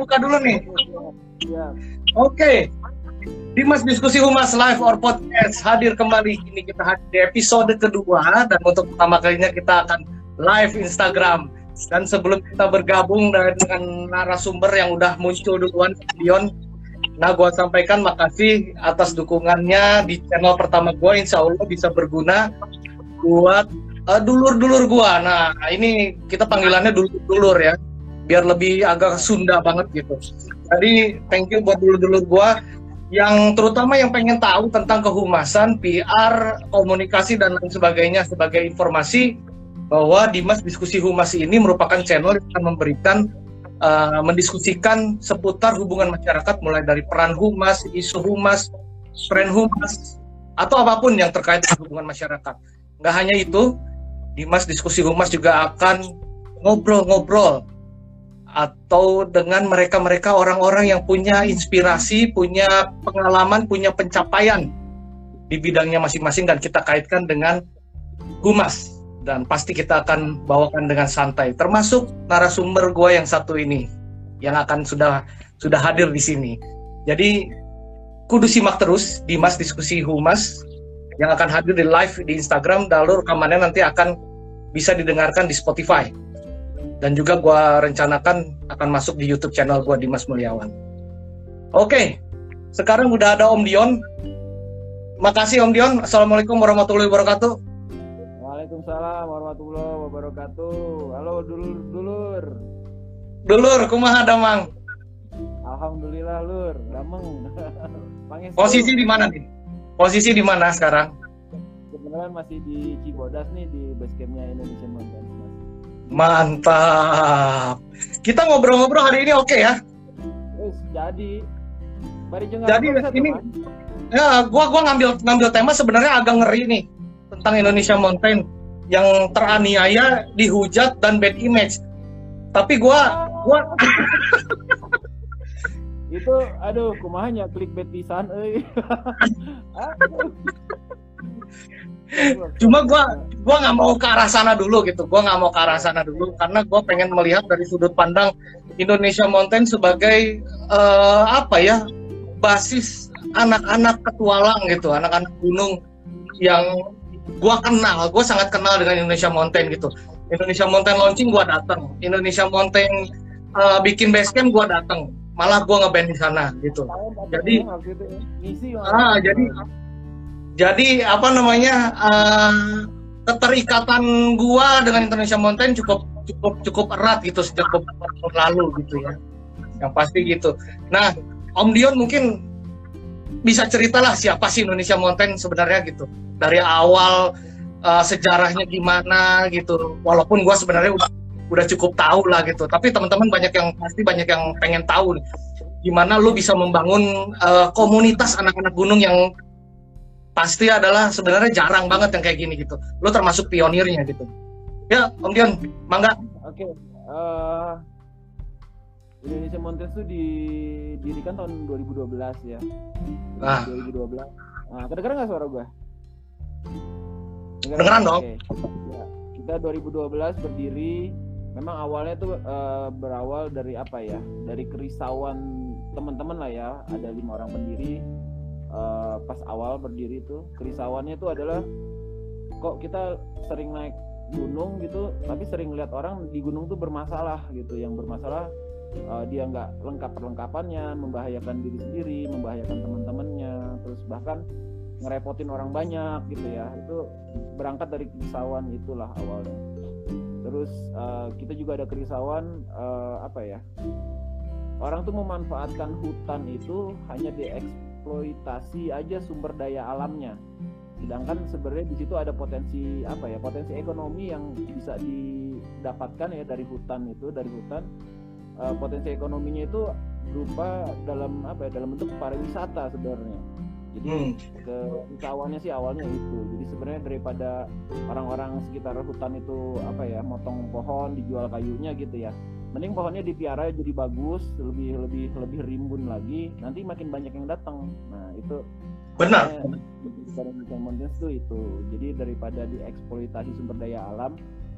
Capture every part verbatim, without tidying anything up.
buka dulu nih. Ya. Oke. Dimas Diskusi Humas Live or Podcast hadir kembali. Ini kita hadir di episode kedua dan untuk pertama kalinya kita akan live Instagram. Dan sebelum kita bergabung dengan narasumber yang udah muncul duluan, Dion, nah gue sampaikan makasih atas dukungannya di channel pertama gue. Insya Allah bisa berguna buat uh, dulur-dulur gue. Nah ini kita panggilannya dulur-dulur ya, biar lebih agak Sunda banget gitu. Jadi thank you buat dulur-dulur gue yang terutama yang pengen tahu tentang kehumasan, P R, komunikasi dan lain sebagainya. Sebagai informasi bahwa Dimas Diskusi Humas ini merupakan channel yang akan memberikan uh, mendiskusikan seputar hubungan masyarakat, mulai dari peran humas, isu humas, tren humas, atau apapun yang terkait dengan hubungan masyarakat. Nggak hanya itu, Dimas Diskusi Humas juga akan ngobrol-ngobrol atau dengan mereka-mereka orang-orang yang punya inspirasi, punya pengalaman, punya pencapaian di bidangnya masing-masing dan kita kaitkan dengan humas. Dan pasti kita akan bawakan dengan santai, termasuk narasumber gue yang satu ini yang akan sudah sudah hadir di sini. Jadi kudu simak terus Dimas Diskusi Humas yang akan hadir di live di Instagram, lalu rekamannya nanti akan bisa didengarkan di Spotify. Dan juga gue rencanakan akan masuk di YouTube channel gue, Dimas Mulyawan. Oke, sekarang udah ada Om Dion. Makasih Om Dion. Assalamualaikum warahmatullahi wabarakatuh. Waalaikumsalam warahmatullahi wabarakatuh. Halo dulur-dulur. Dulur, kumaha damang? Alhamdulillah lur, dameng. Posisi di mana nih? Posisi di mana sekarang? Kebetulan masih di Cibodas nih, di basecampnya Indonesian Mountain. Mantap. Kita ngobrol-ngobrol hari ini oke okay, ya? Wes, jadi. Jadi ini ya gua gua ngambil ngambil tema sebenarnya agak ngeri nih tentang Indonesia Mountain yang teraniaya, dihujat dan bad image. Tapi gua gua itu aduh kumahanya clickbait pisan euy. Cuma gue gue nggak mau ke arah sana dulu gitu, gue nggak mau ke arah sana dulu karena gue pengen melihat dari sudut pandang Indonesia Mountain sebagai uh, apa ya, basis anak-anak petualang gitu, anak-anak gunung yang gue kenal, gue sangat kenal dengan Indonesia Mountain gitu. Indonesia Mountain launching gue datang, Indonesia Mountain uh, bikin basecamp gue datang, malah gue ngeband di sana gitu. Jadi ah jadi Jadi apa namanya uh, keterikatan gua dengan Indonesia Mountain cukup cukup cukup erat gitu sejak beberapa tahun lalu gitu ya. Yang pasti gitu. Nah, Om Dion mungkin bisa ceritalah siapa sih Indonesia Mountain sebenarnya gitu. Dari awal uh, sejarahnya gimana gitu. Walaupun gua sebenarnya udah udah cukup tahu lah gitu. Tapi teman-teman banyak yang pasti banyak yang pengen tahu nih, gimana lu bisa membangun uh, komunitas anak-anak gunung yang pasti adalah sebenarnya jarang banget yang kayak gini gitu. Lo termasuk pionirnya gitu. Ya, Om Dion, mangga. Oke. Okay. Uh, Indonesia Mountain itu didirikan tahun dua ribu dua belas ya. Nah. dua ribu dua belas. Nah, kedengeran nggak suara gue? Kedengeran dong. Okay. Ya, kita dua ribu dua belas berdiri. Memang awalnya tuh uh, berawal dari apa ya? Dari kerisauan teman-teman lah ya. Ada lima orang pendiri. Uh, pas awal berdiri itu kerisauannya itu adalah kok kita sering naik gunung gitu tapi sering lihat orang di gunung tuh bermasalah gitu, yang bermasalah uh, dia nggak lengkap perlengkapannya, membahayakan diri sendiri, membahayakan teman-temannya, terus bahkan ngerepotin orang banyak gitu ya. Itu berangkat dari kerisauan itulah awalnya. Terus uh, kita juga ada kerisauan uh, apa ya, orang tuh memanfaatkan hutan itu hanya dieksploitasi eksploitasi aja sumber daya alamnya, sedangkan sebenarnya di situ ada potensi apa ya, potensi ekonomi yang bisa didapatkan ya dari hutan itu, dari hutan uh, potensi ekonominya itu berupa dalam apa ya, dalam bentuk pariwisata sebenarnya. Jadi hmm. kerisauannya sih awalnya itu. Jadi sebenarnya daripada orang-orang sekitar hutan itu apa ya, motong pohon dijual kayunya gitu ya, mending pohonnya dipiara jadi bagus, lebih lebih lebih rimbun lagi, nanti makin banyak yang datang. Nah itu benar. Indonesia Mountain itu itu. Jadi daripada dieksploitasi sumber daya alam,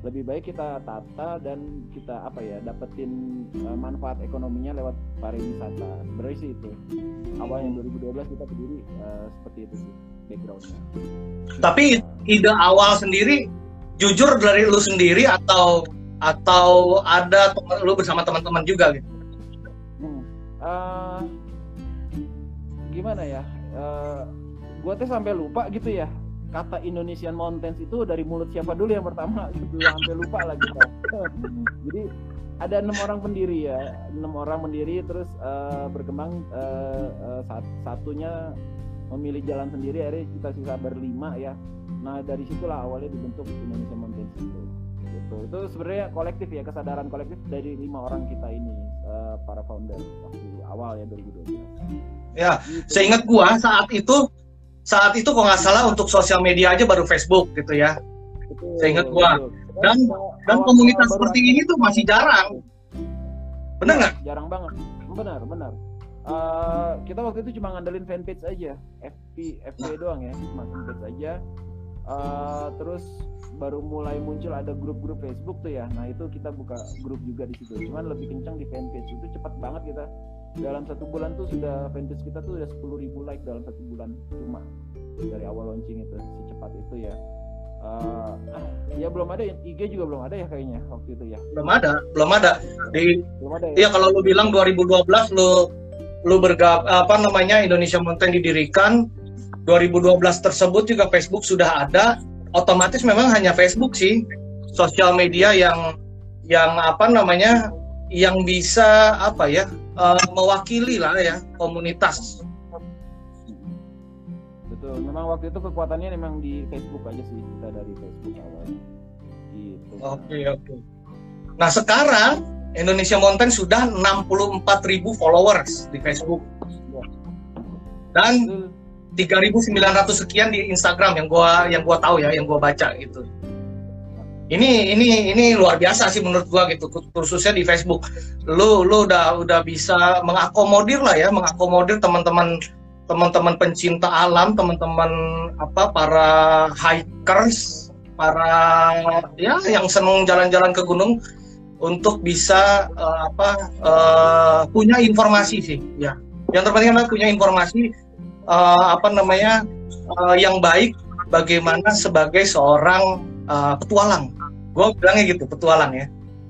lebih baik kita tata dan kita apa ya dapetin uh, manfaat ekonominya lewat pariwisata. Sebenarnya sih itu awalnya dua ribu dua belas kita berdiri uh, seperti itu sih backgroundnya. Tapi ide awal sendiri jujur dari lu sendiri atau atau ada temen, lu bersama teman-teman juga gitu? Hmm. Uh, gimana ya? Uh, gua tuh sampai lupa gitu ya. Kata Indonesian Mountains itu dari mulut siapa dulu yang pertama gitu, sampai lupa lagi kan. Jadi ada enam orang pendiri ya, enam orang pendiri terus uh, berkembang uh, uh, sat satunya memilih jalan sendiri, akhirnya kita sisa berlima ya. Nah dari situlah awalnya dibentuk Indonesian Mountains itu. Gitu. Itu sebenarnya kolektif ya, kesadaran kolektif dari lima orang kita ini uh, para founder waktu awal ya dua ribu dua belas. Ya, gitu. Seingat gua saat itu saat itu kok nggak salah untuk sosial media aja baru Facebook gitu ya. Betul, saya ingat gua. Betul. Dan dan awal, komunitas awal seperti ini tuh masih jarang. Benar nggak? Jarang banget. Benar, benar. Uh, kita waktu itu cuma ngandelin fanpage aja, F B F B doang ya, cuma fanpage aja. Uh, terus baru mulai muncul ada grup-grup Facebook tuh ya. Nah itu kita buka grup juga di situ. Cuman lebih kencang di fanpage, itu cepat banget kita. Dalam satu bulan tuh sudah fanpage kita tuh udah sepuluh ribu like dalam satu bulan, cuma dari awal launching itu secepat itu ya. Uh, ya belum ada, I G juga belum ada ya kayaknya waktu itu ya. Belum ada, belum ada. Di belum ada ya. Iya kalau lu bilang dua ribu dua belas lu lu bergab apa namanya Indonesia Mountain didirikan, dua ribu dua belas tersebut juga Facebook sudah ada, otomatis memang hanya Facebook sih sosial media yang yang apa namanya yang bisa apa ya uh, mewakili lah ya komunitas. Betul, memang waktu itu kekuatannya memang di Facebook aja sih, kita dari Facebook awalnya. Gitu. Oke okay, oke. Okay. Nah sekarang Indonesia Mountain sudah enam puluh empat ribu followers di Facebook dan tiga ribu sembilan ratus sekian di Instagram yang gua yang gua tahu ya, yang gua baca gitu. Ini ini ini luar biasa sih menurut gua gitu, khususnya di Facebook. Lu lu udah udah bisa mengakomodir lah ya, mengakomodir teman-teman teman-teman pencinta alam, teman-teman apa para hikers, para ya yang seneng jalan-jalan ke gunung untuk bisa uh, apa uh, punya informasi sih ya. Yang terpenting adalah punya informasi uh, apa namanya uh, yang baik bagaimana sebagai seorang Uh, petualang, gue bilangnya gitu, petualang ya.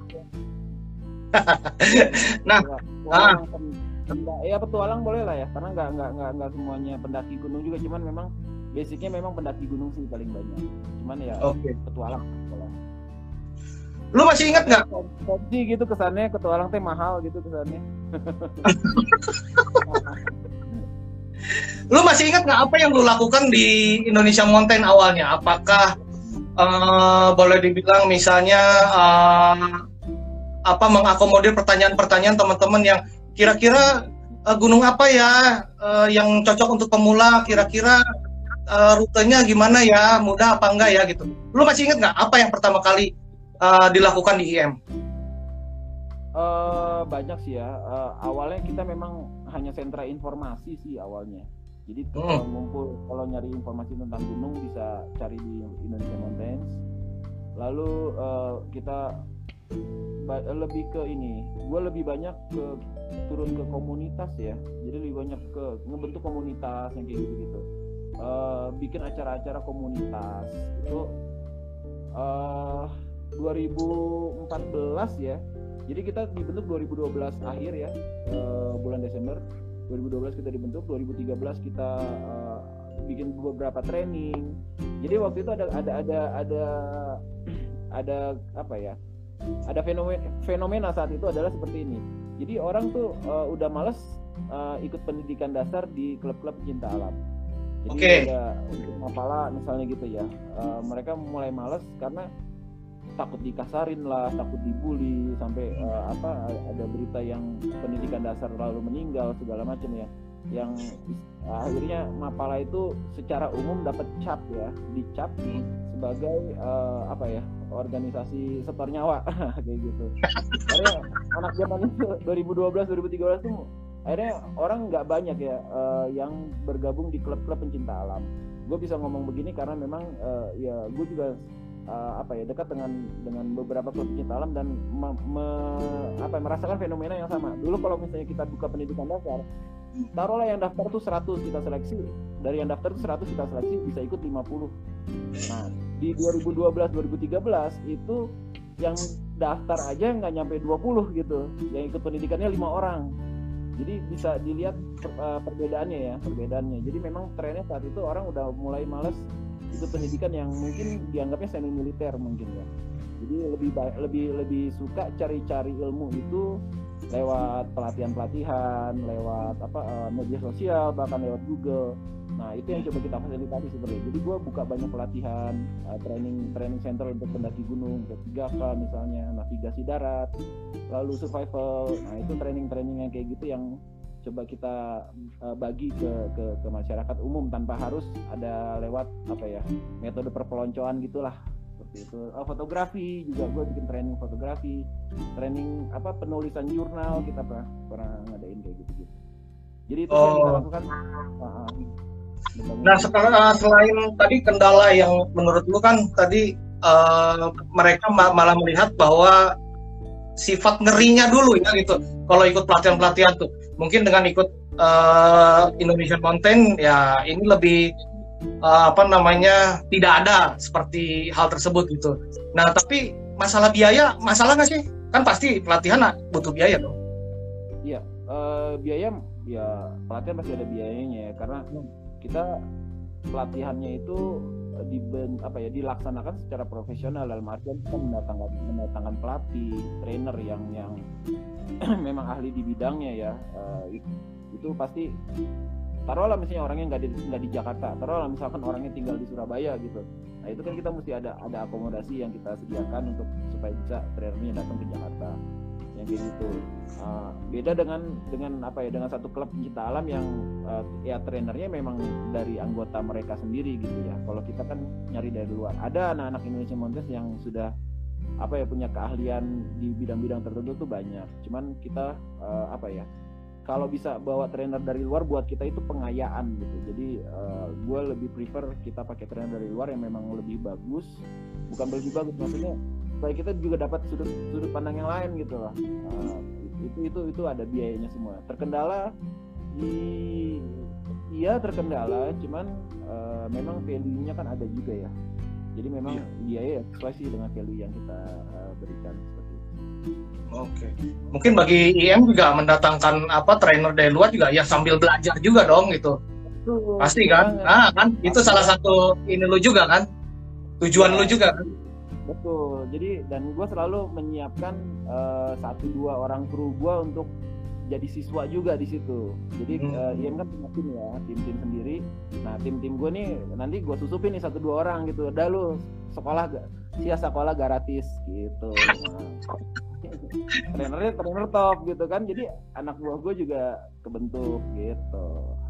Nah, ah. ya petualang boleh lah ya, karena nggak nggak nggak nggak semuanya pendaki gunung juga, cuman memang basicnya memang pendaki gunung sih paling banyak. Cuman ya okay. Petualang. Lu masih ingat nggak? Tadi gitu kesannya petualang teh mahal gitu kesannya. Lu masih ingat nggak apa yang lu lakukan di Indonesia Mountain awalnya? Apakah Uh, boleh dibilang misalnya uh, apa mengakomodir pertanyaan-pertanyaan teman-teman yang kira-kira uh, gunung apa ya uh, yang cocok untuk pemula, kira-kira uh, rutenya gimana ya, mudah apa enggak ya gitu. Lu masih ingat nggak apa yang pertama kali uh, dilakukan di I M? Uh, banyak sih ya. Uh, awalnya kita memang hanya sentra informasi sih awalnya. Jadi hmm. kalau ngumpul, kalau nyari informasi tentang gunung bisa cari di Indonesia Mountains. Lalu uh, kita ba- lebih ke ini, gue lebih banyak ke turun ke komunitas ya. Jadi lebih banyak ke ngebentuk komunitas yang kayak gitu-gitu. Uh, bikin acara-acara komunitas itu uh, dua ribu empat belas ya. Jadi kita dibentuk dua ribu dua belas akhir ya, uh, bulan Desember. dua ribu dua belas kita dibentuk, dua ribu tiga belas kita uh, bikin beberapa training. Jadi waktu itu ada ada ada ada ada apa ya? Ada fenomena, fenomena saat itu adalah seperti ini. Jadi orang tuh uh, udah males uh, ikut pendidikan dasar di klub-klub cinta alam. Jadi okay. ada untuk mapala misalnya gitu ya. Uh, mereka mulai males karena takut dikasarin lah, takut dibully, sampai uh, apa ada berita yang pendidikan dasar lalu meninggal segala macam ya, yang uh, akhirnya mapala itu secara umum dapat cap ya, dicap sebagai uh, apa ya, organisasi setor nyawa kayak gitu. Akhirnya anak zaman itu dua ribu dua belas dua ribu tiga belas tuh akhirnya orang nggak banyak ya uh, yang bergabung di klub-klub pencinta alam. Gue bisa ngomong begini karena memang uh, ya gue juga uh, apa ya dekat dengan dengan beberapa klub pecinta alam dan me, me, apa merasakan fenomena yang sama. Dulu kalau misalnya kita buka pendidikan dasar, taruhlah yang daftar tuh seratus kita seleksi, dari yang daftar tuh seratus kita seleksi bisa ikut lima puluh. Nah di dua ribu dua belas dua ribu tiga belas itu yang daftar aja nggak nyampe dua puluh gitu, yang ikut pendidikannya lima orang. Jadi bisa dilihat per, uh, perbedaannya ya, perbedaannya. Jadi memang trennya saat itu orang udah mulai malas ikut pendidikan yang mungkin dianggapnya semi militer mungkin ya. Jadi lebih lebih lebih suka cari-cari ilmu itu lewat pelatihan-pelatihan, lewat apa uh, media sosial, bahkan lewat Google. Nah itu yang coba kita fasilitasi sebenarnya. Jadi gue buka banyak pelatihan, uh, training training center untuk pendaki gunung, tiga K misalnya, navigasi darat, lalu survival. Nah itu training-training yang kayak gitu yang coba kita uh, bagi ke, ke ke masyarakat umum tanpa harus ada lewat apa ya metode perpeloncoan gitulah. Seperti itu. Oh, fotografi juga gue bikin training fotografi, training apa penulisan jurnal kita pernah pernah ngadain kayak gitu-gitu. Jadi itu oh. yang kita lakukan. Uh, Nah sekarang uh, selain tadi kendala yang menurut lu kan tadi uh, mereka ma- malah melihat bahwa sifat ngerinya dulu ya gitu. Kalau ikut pelatihan-pelatihan tuh mungkin dengan ikut uh, Indonesian Mountain ya ini lebih uh, apa namanya tidak ada seperti hal tersebut gitu. Nah tapi masalah biaya masalah nggak sih? Kan pasti pelatihan butuh biaya dong. Iya uh, biaya ya pelatihan pasti ada biayanya ya karena kita pelatihannya itu di apa ya dilaksanakan secara profesional dalam artian kita mendatangkan mendatangkan pelatih, trainer yang yang memang ahli di bidangnya ya. Uh, itu, itu pasti taruhlah misalnya orangnya nggak di nggak di Jakarta, taruhlah misalkan orangnya tinggal di Surabaya gitu. Nah itu kan kita mesti ada ada akomodasi yang kita sediakan untuk supaya bisa trainernya datang ke Jakarta. Yang kayak gitu. Uh, beda dengan dengan apa ya dengan satu klub pecinta alam yang uh, ya trainernya memang dari anggota mereka sendiri gitu ya. Kalau kita kan nyari dari luar. Ada anak-anak Indonesian Mountain yang sudah apa ya punya keahlian di bidang-bidang tertentu tuh banyak. Cuman kita uh, apa ya kalau bisa bawa trainer dari luar buat kita itu pengayaan gitu. Jadi uh, gue lebih prefer kita pakai trainer dari luar yang memang lebih bagus. Bukan lebih bagus maksudnya supaya kita juga dapat sudut sudut pandang yang lain gitu lah. Uh, itu itu itu ada biayanya semua. Terkendala di iya terkendala, cuman uh, memang value-nya kan ada juga ya. Jadi memang iya. biaya sesuai sih dengan value yang kita uh, berikan seperti itu. Oke. Mungkin bagi I M juga mendatangkan apa trainer dari luar juga ya sambil belajar juga dong gitu. Betul. Pasti kan? Nah, kan itu Pasti. Salah satu ini lu juga kan? Tujuan ya. Lu juga kan? Betul. Jadi dan gue selalu menyiapkan uh, satu dua orang kru gue untuk jadi siswa juga di situ. Jadi hmm. uh, I M kan punya tim ya, tim-tim sendiri. Nah tim-tim gue nih nanti gue susupin nih satu dua orang gitu. Udah lu sekolah gak? Sia sekolah gratis gitu. Nah, trainernya trainer top gitu kan. Jadi anak buah gue juga kebentuk gitu.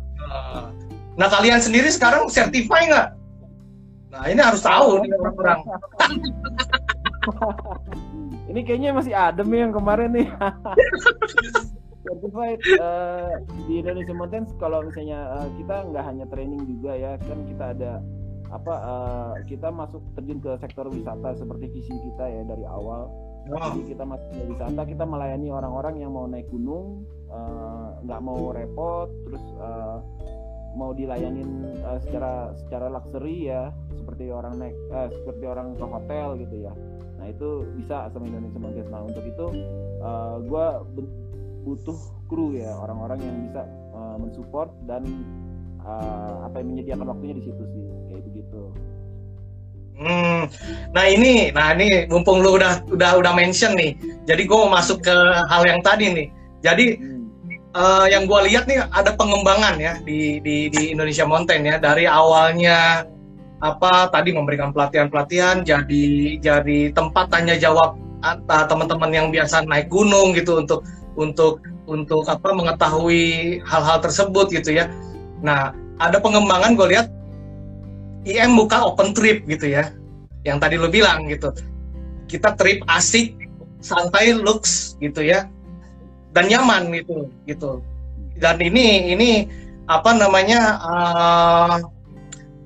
Nah kalian sendiri sekarang certify nggak? Nah ini harus tahu nih orang-orang. Ini kayaknya masih adem yang kemarin nih. Certified uh, di Indonesia Mountain kalau misalnya uh, kita nggak hanya training juga ya kan kita ada apa uh, kita masuk terjun ke sektor wisata seperti visi kita ya dari awal. Wow. Jadi kita masuk ke wisata kita melayani orang-orang yang mau naik gunung nggak uh, mau repot terus uh, mau dilayanin uh, secara secara luxury ya seperti orang naik uh, seperti orang ke hotel gitu ya. Nah itu bisa sama Indonesia Mountain. Nah untuk itu uh, gue butuh kru ya orang-orang yang bisa uh, mensupport dan uh, apa yang menyediakan waktunya di situ sih kayak begitu. Hmm, nah ini, nah ini mumpung lu udah udah udah mention nih, jadi gue mau masuk ke hal yang tadi nih. Jadi hmm. uh, yang gue lihat nih ada pengembangan ya di di di Indonesia Mountain ya dari awalnya apa tadi memberikan pelatihan-pelatihan jadi jadi tempat tanya jawab uh, teman-teman yang biasa naik gunung gitu untuk untuk untuk apa mengetahui hal-hal tersebut gitu ya. Nah ada pengembangan gue lihat I M buka open trip gitu ya, yang tadi lo bilang gitu, kita trip asik, santai, lux gitu ya, dan nyaman gitu, gitu. Dan ini ini apa namanya uh,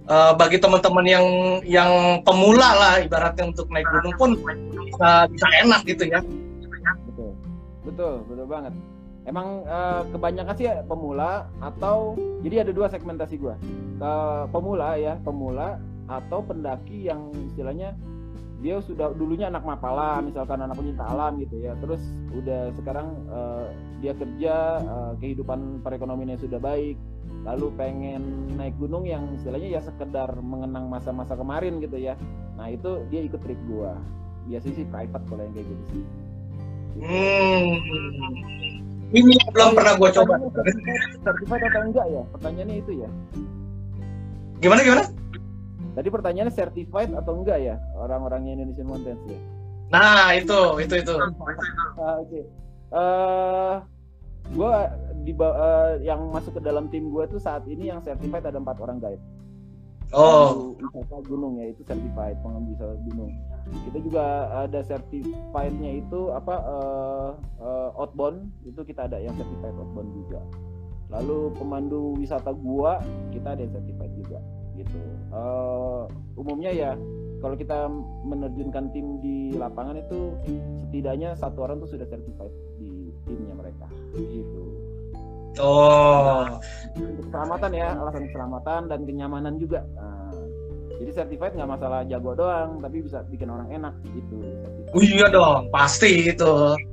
uh, bagi teman-teman yang yang pemula lah ibaratnya untuk naik gunung pun bisa bisa enak gitu ya. Betul, betul, betul banget. Emang uh, kebanyakan sih pemula atau jadi ada dua segmentasi gua. Ke pemula ya, pemula atau pendaki yang istilahnya dia sudah dulunya anak mapala, misalkan anak pencinta alam gitu ya, terus udah sekarang uh, dia kerja, uh, kehidupan perekonomiannya sudah baik, lalu pengen naik gunung yang istilahnya ya sekedar mengenang masa-masa kemarin gitu ya. Nah itu dia ikut trip gua, biasanya sih private kalau yang kayak gitu sih. Hmm. Ini yang belum oh, pernah gua coba. Certified atau enggak ya? Pertanyaannya itu ya. Gimana gimana? Tadi pertanyaannya certified atau enggak ya orang-orangnya Indonesian Mountains ya? Nah itu itu itu. Ah, Oke. Okay. Uh, gue di uh, yang masuk ke dalam tim gue tuh saat ini yang certified ada empat orang guide. Oh. Wisata gunung ya itu certified pengemudi wisata gunung. Kita juga ada certifiednya itu apa uh, uh, outbound itu kita ada yang certified outbound juga. Lalu pemandu wisata gua kita ada yang certified juga. Gitu. Uh, umumnya ya kalau kita menerjunkan tim di lapangan itu setidaknya satu orang tuh sudah certified di timnya mereka gitu. Oh. Nah, untuk keselamatan ya, alasan keselamatan dan kenyamanan juga. Nah, jadi certified nggak masalah jago doang, tapi bisa bikin orang enak gitu. Oh, iya dong, pasti itu.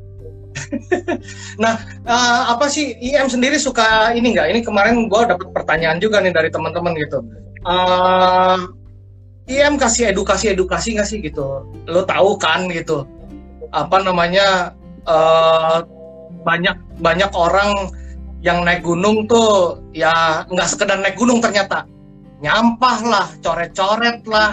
Nah, uh, apa sih I M sendiri suka ini nggak? Ini kemarin gue dapat pertanyaan juga nih dari teman-teman gitu. Uh, I M kasih edukasi-edukasi nggak sih gitu? Lo tahu kan gitu? Apa namanya uh, banyak banyak orang yang naik gunung tuh ya nggak sekedar naik gunung ternyata nyampah lah, coret-coret lah,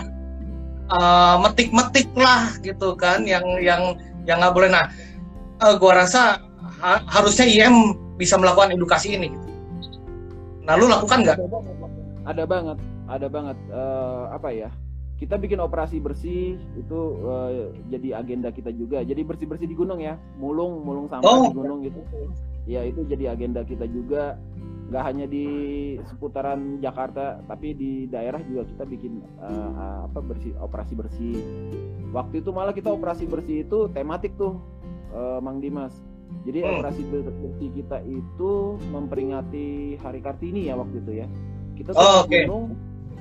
uh, metik-metik lah gitu kan? Yang yang yang nggak boleh. Nah, uh, gua rasa ha- harusnya I M bisa melakukan edukasi ini. Gitu. Nah, lu lakukan nggak? Ada banget. Ada banget uh, apa ya? Kita bikin operasi bersih itu uh, jadi agenda kita juga. Jadi bersih-bersih di gunung ya, mulung mulung sampah oh. di gunung gitu. Ya itu jadi agenda kita juga. Gak hanya di seputaran Jakarta, tapi di daerah juga kita bikin uh, apa bersih operasi bersih. Waktu itu malah kita operasi bersih itu tematik tuh, uh, Mang Dimas. Jadi hmm. operasi bersih kita itu memperingati Hari Kartini ya waktu itu ya. Kita tuh oh, okay. gunung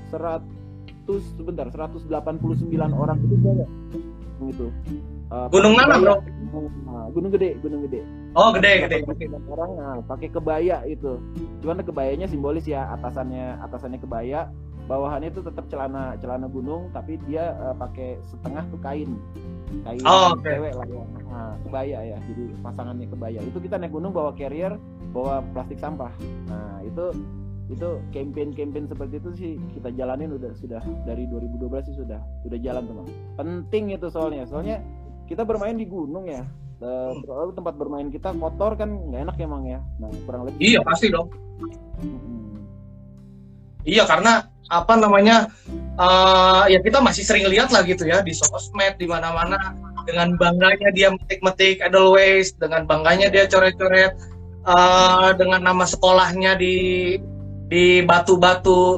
seratus sebentar seratus delapan puluh sembilan orang itu banyak gitu. Uh, gunung mana bro? Nah, gunung gede, gunung gede. Oh gede gede. Orang nah, pakai kebaya itu. Cuman kebayanya simbolis ya, atasannya atasannya kebaya, bawahannya itu tetap celana celana gunung, tapi dia uh, pakai setengah tuh kain, kain oh, okay. cewek lah ya. Nah, kebaya ya, jadi pasangannya kebaya. Itu kita naik gunung bawa carrier, bawa plastik sampah. Nah itu itu campaign-campaign seperti itu sih kita jalanin udah sudah dari dua ribu dua belas sih sudah sudah jalan teman. Penting itu soalnya, soalnya kita bermain di gunung ya, terlalu tempat bermain kita kotor kan nggak enak emang ya. Nah kurang lebih. Iya pasti dong. Hmm. Iya karena apa namanya uh, ya kita masih sering lihat lah gitu ya di sosmed di mana-mana dengan bangganya dia metik-metik Edelweiss, dengan bangganya dia coret-coret uh, dengan nama sekolahnya di di batu-batu.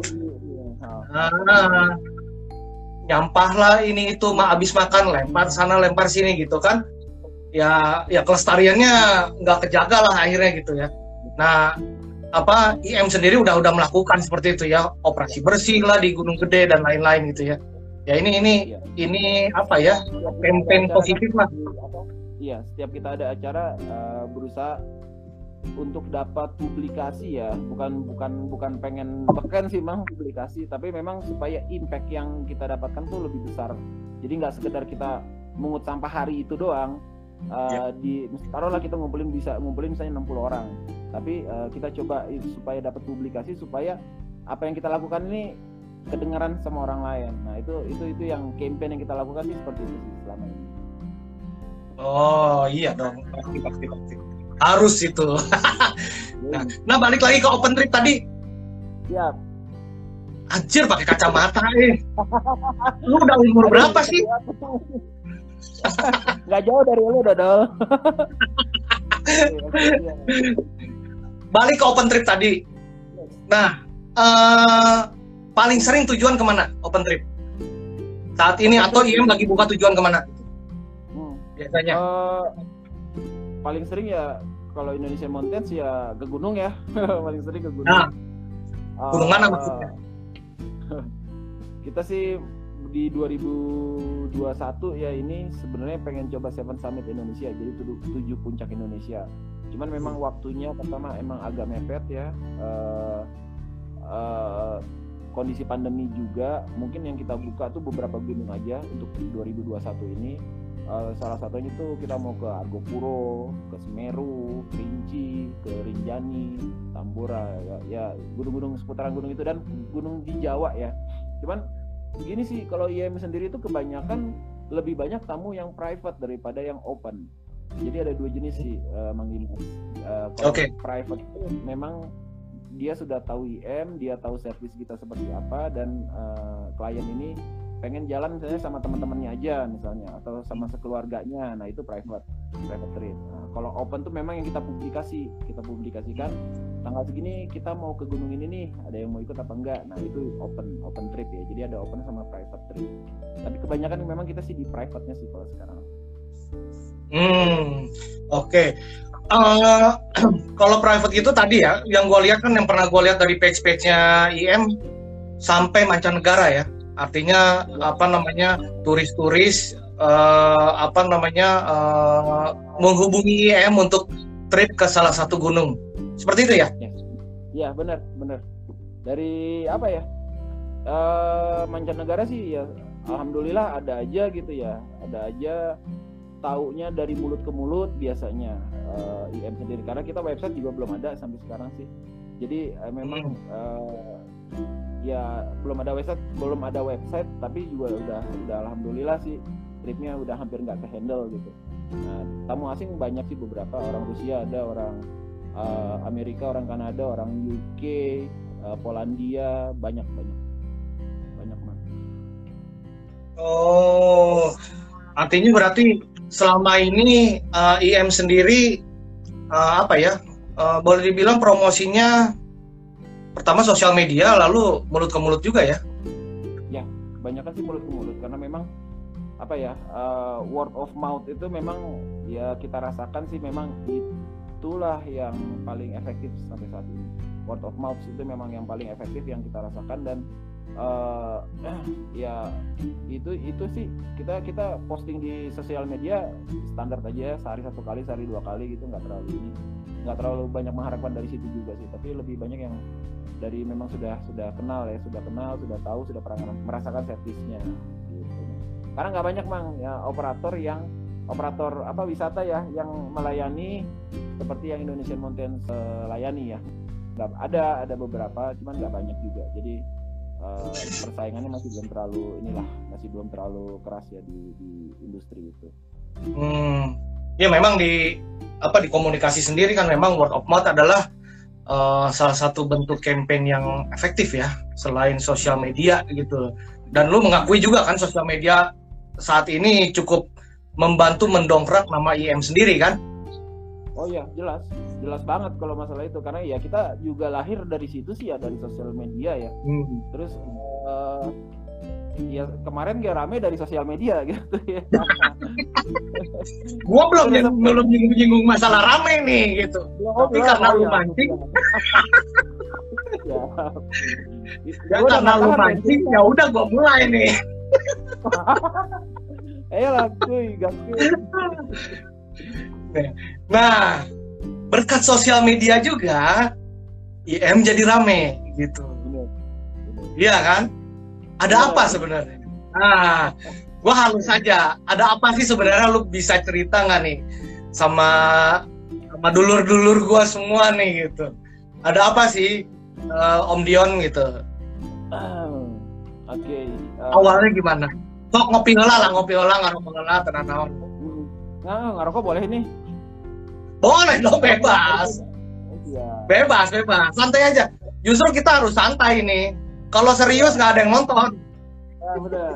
Nah, nyampah lah ini itu mah abis makan lempar sana lempar sini gitu kan ya ya kelestariannya nggak kejaga lah akhirnya gitu ya. Nah apa I M sendiri udah udah melakukan seperti itu ya, operasi bersih lah di Gunung Gede dan lain-lain gitu ya. Ya ini ini ya. ini apa ya campaign positif lah. Iya setiap kita ada acara uh, berusaha untuk dapat publikasi ya, bukan bukan bukan pengen beken sih memang publikasi, tapi memang supaya impact yang kita dapatkan tuh lebih besar. Jadi nggak sekedar kita mungut sampah hari itu doang. Uh, yeah. Di taruhlah kita ngumpulin bisa ngumpulin misalnya enam puluh orang, tapi uh, kita coba supaya dapat publikasi supaya apa yang kita lakukan ini kedengaran sama orang lain. Nah itu itu itu yang campaign yang kita lakukan sih seperti itu sih selama ini. Oh iya dong, pasti pasti pasti. Harus itu. nah, nah balik lagi ke open trip tadi. Siap. Anjir pakai kacamata eh. Lu udah umur berapa sih? Gak jauh dari lu Dodol. Balik ke open trip tadi. Nah, uh, paling sering tujuan kemana open trip saat ini, atau I M lagi buka tujuan kemana Hmm. biasanya? Eh, paling sering ya kalau Indonesian Mountains ya ke gunung ya. Paling sering ke gunung. Nah, gunung mana Eh, maksudnya? Kita sih di dua ribu dua puluh satu ya ini sebenarnya pengen coba Seven Summit Indonesia, jadi tujuh, tujuh puncak Indonesia. Cuman memang waktunya pertama emang agak mepet ya. Eh, eh, kondisi pandemi juga, mungkin yang kita buka tuh beberapa gunung aja untuk dua ribu dua puluh satu ini. Uh, salah satunya tuh kita mau ke Argopuro, ke Semeru, Kerinci, ke Rinjani, Tambora, ya, ya gunung-gunung seputaran gunung itu dan gunung di Jawa ya. Cuman gini sih, kalau I M sendiri itu kebanyakan lebih banyak tamu yang private daripada yang open. Jadi ada dua jenis sih, uh, Mang Dimas. Uh, kalau Oke. private itu memang dia sudah tahu I M, dia tahu servis kita seperti apa, dan uh, klien ini pengen jalan misalnya sama teman-temannya aja misalnya, atau sama sekeluarganya, nah itu private private trip. Nah, kalau open tuh memang yang kita publikasi kita publikasikan tanggal segini kita mau ke gunung ini nih, ada yang mau ikut apa enggak, nah itu open open trip ya. Jadi ada open sama private trip, tapi kebanyakan memang kita sih di private-nya sih kalau sekarang. Hmm, oke. Okay. Uh, kalau private itu tadi ya, yang gue lihat kan, yang pernah gue lihat dari page-page-nya I M sampai mancanegara ya. Artinya apa namanya, turis-turis uh, apa namanya uh, menghubungi I M untuk trip ke salah satu gunung. Seperti itu ya? Iya, benar, benar. Dari apa ya? Uh, mancanegara sih ya, alhamdulillah ada aja gitu ya. Ada aja taunya dari mulut ke mulut biasanya, uh, I M sendiri, karena kita website juga belum ada sampai sekarang sih. Jadi uh, memang uh, ya belum ada website, belum ada website, tapi juga udah udah alhamdulillah sih tripnya udah hampir nggak kehandle gitu. Nah, tamu asing banyak sih, beberapa orang Rusia ada, orang uh, Amerika, orang Kanada, orang U K, uh, Polandia, banyak banyak banyak mah. Oh, artinya berarti selama ini uh, I M sendiri uh, apa ya, uh, boleh dibilang promosinya pertama sosial media, lalu mulut ke mulut juga ya? Ya, kebanyakan sih mulut ke mulut, karena memang apa ya, uh, word of mouth itu memang ya kita rasakan sih, memang itulah yang paling efektif sampai saat ini. Word of mouth itu memang yang paling efektif yang kita rasakan, dan uh, ya itu itu sih kita kita posting di sosial media standar aja, sehari satu kali, sehari dua kali gitu, nggak terlalu ini, nggak terlalu banyak mengharapkan dari situ juga sih, tapi lebih banyak yang dari memang sudah sudah kenal ya, sudah kenal, sudah tahu, sudah pernah merasakan servisnya gitu. Karena nggak banyak Mang ya operator yang operator apa wisata ya yang melayani seperti yang Indonesian Mountains uh, layani ya. Nggak ada ada beberapa, cuman nggak banyak juga. Jadi uh, persaingannya masih belum terlalu inilah, masih belum terlalu keras ya di di industri itu. Hmm, ya memang di apa di komunikasi sendiri kan memang word of mouth adalah Uh, salah satu bentuk campaign yang efektif ya, selain sosial media gitu. Dan lu mengakui juga kan sosial media saat ini cukup membantu mendongkrak nama I M sendiri kan? Oh ya, jelas, jelas banget kalau masalah itu, karena ya kita juga lahir dari situ sih ya, dari sosial media ya. Hmm. Terus uh, ya kemarin gak rame dari sosial media gitu ya. Gua belum yang, belum nyinggung masalah rame nih gitu. Ya, tapi oh, karena oh, lu mancing. Ya. Ya karena lu mancing, ya udah gua mulai nih. Ayo lah, cuy, gampang. Nah, berkat sosial media juga I M jadi rame gitu. Iya kan? Ada oh. apa sebenarnya? Nah, gua halus saja. Ada apa sih sebenarnya, lu bisa cerita nggak nih sama sama dulur-dulur gua semua nih gitu? Ada apa sih uh, Om Dion gitu? Uh, Oke. Okay. Uh, Awalnya gimana? Kok ngopi heula lah, ngopi heula, ngarokok heula, tenan naon? Nah, ngarokok boleh nih? Boleh dong, bebas. Ya. Bebas, bebas. Santai aja. Justru kita harus santai nih. Kalau serius nggak ada yang nonton. Ya, benar.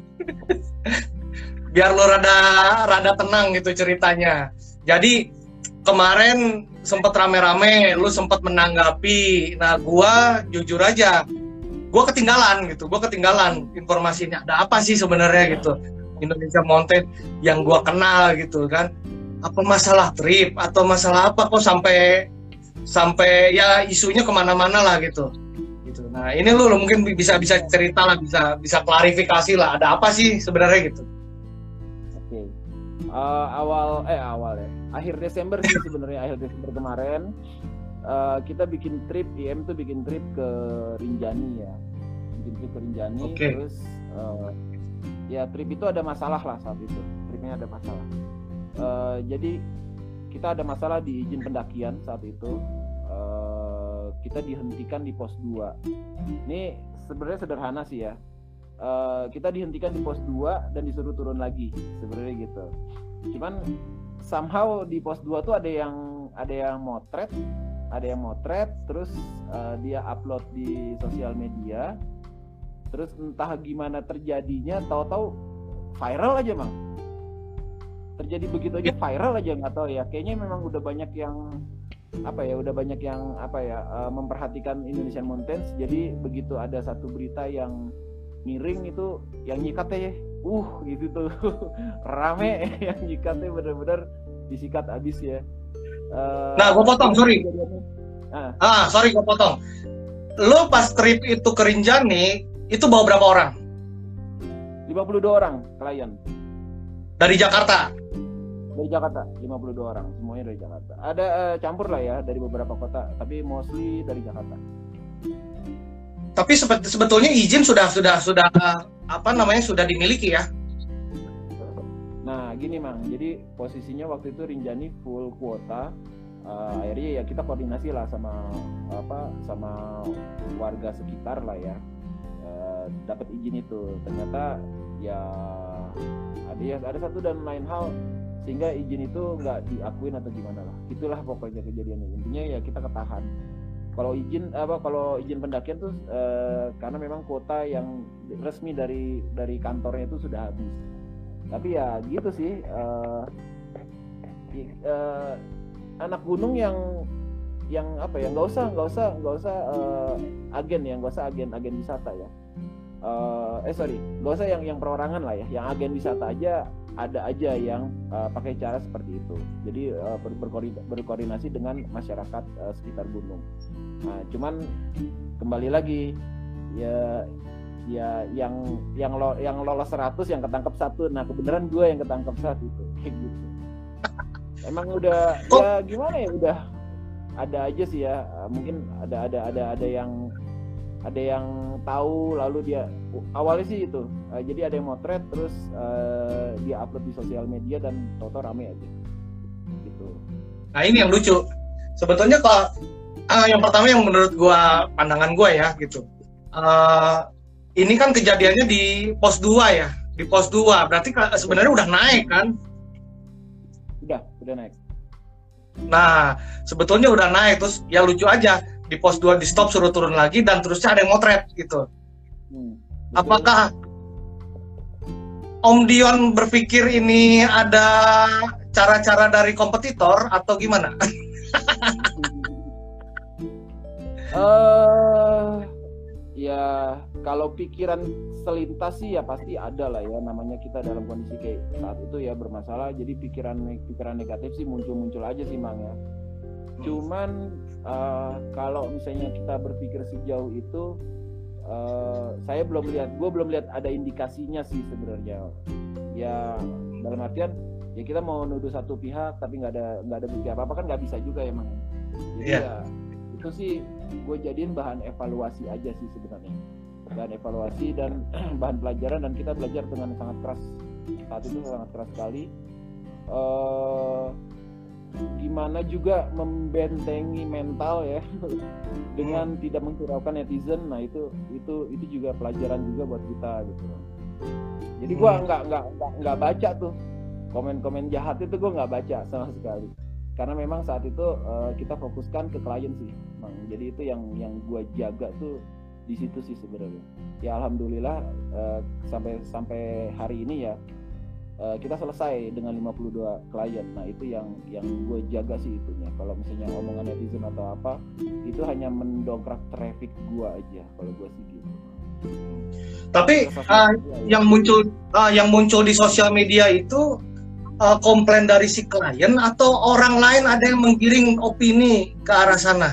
Biar lo rada rada tenang gitu ceritanya. Jadi kemarin sempat rame-rame, lu sempat menanggapi. Nah, gua jujur aja, gua ketinggalan gitu. Gua ketinggalan informasinya. Ada apa sih sebenarnya gitu? Indonesia Mountain yang gua kenal gitu kan. Apa masalah trip atau masalah apa kok sampai sampai ya isunya kemana-mana lah gitu. Gitu. Nah, ini lu, lu mungkin bisa bisa cerita lah, bisa bisa klarifikasi lah. Ada apa sih sebenarnya gitu? Oke. Uh, awal eh awal ya. Akhir Desember sih sebenarnya, akhir Desember kemarin uh, kita bikin trip, I M tuh bikin trip ke Rinjani ya. Bikin trip ke Rinjani, okay. Terus uh, ya trip itu ada masalah lah saat itu. Tripnya ada masalah. Uh, jadi kita ada masalah di izin pendakian saat itu. Uh, kita dihentikan di pos dua. Ini sebenarnya sederhana sih ya. Uh, kita dihentikan di pos dua dan disuruh turun lagi sebenarnya gitu. Cuman somehow di pos dua tuh ada yang ada yang motret, ada yang motret terus uh, dia upload di sosial media. Terus entah gimana terjadinya, tahu-tahu viral aja, Bang. Terjadi begitu aja viral aja, nggak tahu ya. Kayaknya memang udah banyak yang apa ya, udah banyak yang apa ya uh, memperhatikan Indonesian Mountains. Jadi begitu ada satu berita yang miring itu, yang nyikatnya uh gitu tuh rame yang nyikatnya benar-benar disikat abis ya. Uh, nah, gue potong, sorry. Ah, ah sorry gue potong. Lo pas trip itu ke Rinjani itu bawa berapa orang? lima puluh dua orang klien. Dari Jakarta? Dari Jakarta, lima puluh dua orang, semuanya dari Jakarta. Ada uh, campur lah ya dari beberapa kota, tapi mostly dari Jakarta. Tapi sebetulnya izin sudah sudah sudah apa namanya sudah dimiliki ya. Nah gini Mang, jadi posisinya waktu itu Rinjani full kuota. Uh, akhirnya ya kita koordinasi lah sama apa sama warga sekitar lah ya. Uh, dapat izin itu. Ternyata ya ada ya ada satu dan lain hal sehingga izin itu nggak diakuin atau gimana lah. Itulah pokoknya kejadiannya. Intinya ya kita ketahan. Kalau izin apa kalau izin pendakian tuh eh, karena memang kuota yang resmi dari dari kantornya itu sudah habis. Tapi ya gitu sih eh, eh, anak gunung yang yang apa ya nggak usah nggak usah nggak usah eh, agen ya nggak usah agen agen wisata ya. Eh, eh sorry nggak usah yang yang perorangan lah ya. Yang agen wisata aja ada aja yang uh, pakai cara seperti itu. Jadi uh, ber- berkoordinasi dengan masyarakat uh, sekitar gunung. Nah, cuman kembali lagi ya ya yang yang lo, yang lolos seratus yang ketangkep satu. Nah, kebenaran gue yang ketangkep satu itu kayak gitu. Emang udah ya gimana ya udah ada aja sih ya. Uh, mungkin ada ada ada ada yang ada yang tahu lalu dia awalnya sih itu uh, jadi ada yang motret terus uh, dia upload di sosial media dan toto rame aja gitu. Nah ini yang lucu sebetulnya kalau uh, yang pertama yang menurut gua pandangan gua ya gitu uh, ini kan kejadiannya di pos dua ya di pos dua berarti sebenarnya udah naik kan? Udah udah naik. Nah sebetulnya udah naik terus ya lucu aja di pos dua di stop suruh turun lagi dan terusnya ada yang motret gitu. Hmm, apakah Om Dion berpikir ini ada cara-cara dari kompetitor atau gimana? uh, ya kalau pikiran selintas sih ya pasti ada lah ya, namanya kita dalam kondisi kayak saat itu ya bermasalah, jadi pikiran pikiran negatif sih muncul-muncul aja sih Mang ya. Cuman uh, kalau misalnya kita berpikir sejauh itu, uh, saya belum lihat, gue belum lihat ada indikasinya sih sebenarnya. Ya dalam artian ya kita mau nuduh satu pihak tapi nggak ada nggak ada bukti apa apa kan nggak bisa juga emang. Jadi yeah. ya itu sih gue jadiin bahan evaluasi aja sih sebenarnya, bahan evaluasi dan bahan pelajaran, dan kita belajar dengan sangat keras saat itu sangat keras sekali. Uh, gimana juga membentengi mental ya dengan hmm. tidak menghiraukan netizen. Nah itu itu itu juga pelajaran juga buat kita gitu. Jadi gue hmm. nggak nggak nggak baca tuh komen-komen jahat itu, gue nggak baca sama sekali karena memang saat itu uh, kita fokuskan ke klien sih Bang. Jadi itu yang yang gue jaga tuh di situ sih sebenarnya. Ya alhamdulillah uh, sampai sampai hari ini ya uh, kita selesai dengan lima puluh dua klien. Nah itu yang yang gue jaga sih itunya. Kalau misalnya omongan netizen atau apa, itu hanya mendongkrak traffic gue aja kalau gue sih gitu. Tapi uh, yang muncul uh, yang muncul di sosial media itu uh, komplain dari si klien atau orang lain ada yang menggiring opini ke arah sana?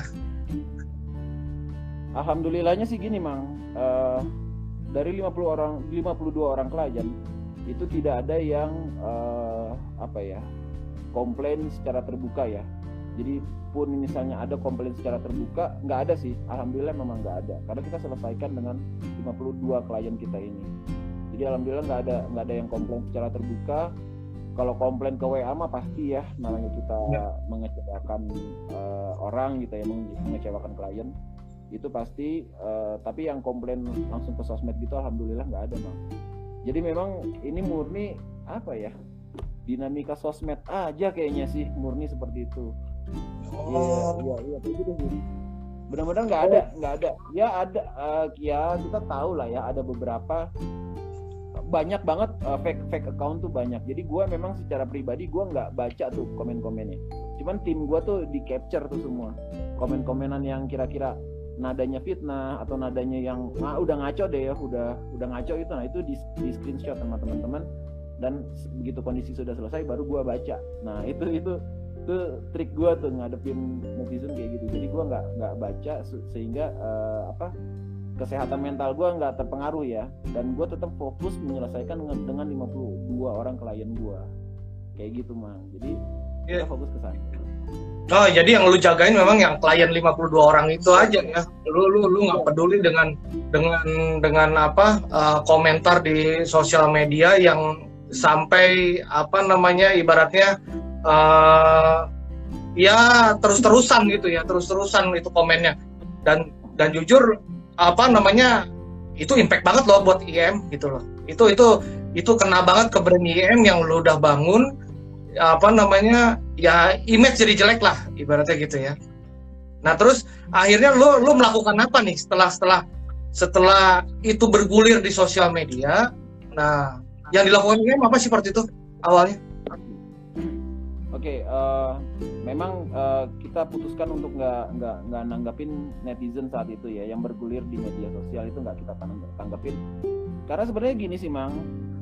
Alhamdulillahnya sih gini, Mang. Uh, dari lima puluh orang, lima puluh dua orang klien itu tidak ada yang uh, apa ya komplain secara terbuka ya. Jadi pun misalnya ada komplain secara terbuka, nggak ada sih. Alhamdulillah memang nggak ada. Karena kita selesaikan dengan lima puluh dua klien kita ini. Jadi alhamdulillah nggak ada nggak ada yang komplain secara terbuka. Kalau komplain ke W A mah pasti ya, namanya kita ya. mengecewakan uh, orang gitu ya, mengecewakan klien. Itu pasti. Uh, tapi yang komplain langsung ke sosmed gitu alhamdulillah nggak ada, Bang. Jadi memang ini murni apa ya, dinamika sosmed aja kayaknya sih, murni seperti itu. Iya iya iya begitu sih. Benar-benar nggak ada nggak ada. Ya ada uh, ya kita tahu lah ya, ada beberapa banyak banget uh, fake fake account tuh banyak. Jadi gue memang secara pribadi gue nggak baca tuh komen-komennya. Cuman tim gue tuh di capture tuh semua komen-komenan yang kira-kira nadanya fitnah atau nadanya yang ah, udah ngaco deh ya, udah udah ngaco itu. Nah itu di, di screenshot sama teman-teman, dan begitu kondisi sudah selesai baru gue baca. Nah itu itu itu trik gue tuh ngadepin netizen kayak gitu. Jadi gue nggak nggak baca sehingga uh, apa kesehatan mental gue nggak terpengaruh ya, dan gue tetap fokus menyelesaikan dengan lima puluh dua orang klien gue kayak gitu, Mang. Jadi yeah. kita fokus ke sana. Oh, jadi yang lu jagain memang yang klien lima puluh dua orang itu aja ya. Lu lu lu nggak peduli dengan dengan dengan apa uh, komentar di sosial media yang sampai apa namanya ibaratnya uh, ya terus-terusan gitu ya, terus-terusan itu komennya. Dan dan jujur apa namanya itu impact banget loh buat I M gitu loh. Itu itu itu kena banget ke brand I M yang lu udah bangun, apa namanya ya image jadi jelek lah ibaratnya gitu ya. Nah terus akhirnya lu lu melakukan apa nih setelah setelah setelah itu bergulir di sosial media? Nah yang dilakukan I M apa sih seperti itu awalnya? Oke, okay, uh, memang uh, kita putuskan untuk nggak nggak nggak nanggapin netizen saat itu ya, yang bergulir di media sosial itu nggak kita tanggapin. Karena sebenarnya gini sih, Mang,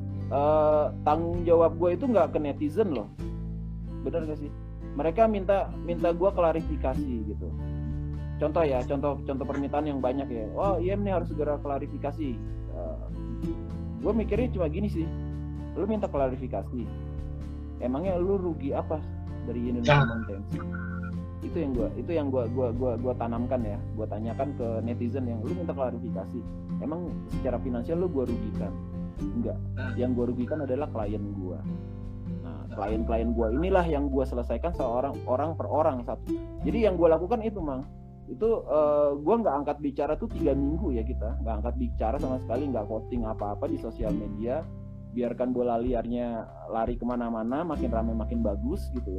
uh, tanggung jawab gue itu nggak ke netizen loh, benar nggak sih? Mereka minta minta gue klarifikasi gitu. Contoh ya, contoh contoh permintaan yang banyak ya. Oh, I M nih harus segera klarifikasi. Uh, gue mikirnya cuma gini sih, lu minta klarifikasi. Emangnya lu rugi apa dari Indonesia Mountains? Itu yang gua itu yang gua gua gua gua tanamkan ya. Gua tanyakan ke netizen yang lu minta klarifikasi. Emang secara finansial lu gua rugikan? Enggak. Yang gua rugikan adalah klien gua. Nah, klien-klien gua inilah yang gua selesaikan seorang orang per orang satu. Jadi yang gua lakukan itu, Mang. Itu uh, gua nggak angkat bicara tuh tiga minggu ya kita. Nggak angkat bicara sama sekali, nggak posting apa-apa di sosial media. Biarkan bola liarnya lari kemana-mana, makin ramai makin bagus gitu ya.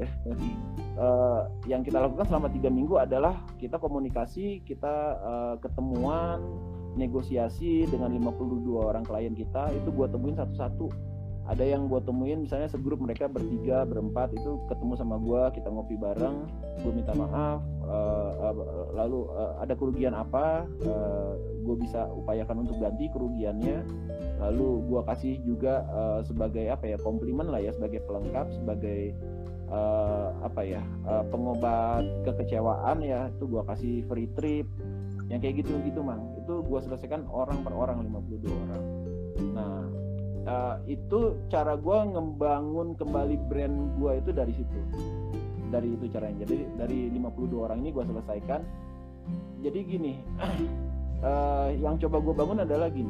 uh, yang kita lakukan selama tiga minggu adalah kita komunikasi, kita uh, ketemuan, negosiasi dengan lima puluh dua orang klien kita. Itu gue temuin satu-satu. Ada yang gue temuin misalnya segrup mereka bertiga, berempat, itu ketemu sama gue, kita ngopi bareng, gue minta maaf, uh, uh, lalu uh, ada kerugian apa, uh, gue bisa upayakan untuk ganti kerugiannya, lalu gue kasih juga uh, sebagai apa ya, komplimen lah ya, sebagai pelengkap, sebagai uh, apa ya, uh, pengobat kekecewaan ya, itu gue kasih free trip, yang kayak gitu-gitu, Mang. Itu gue selesaikan orang per orang, lima puluh dua orang. Nah, Uh, itu cara gue ngebangun kembali brand gue itu dari situ, dari itu caranya. Jadi dari lima puluh dua orang ini gue selesaikan. Jadi gini, uh, yang coba gue bangun adalah gini,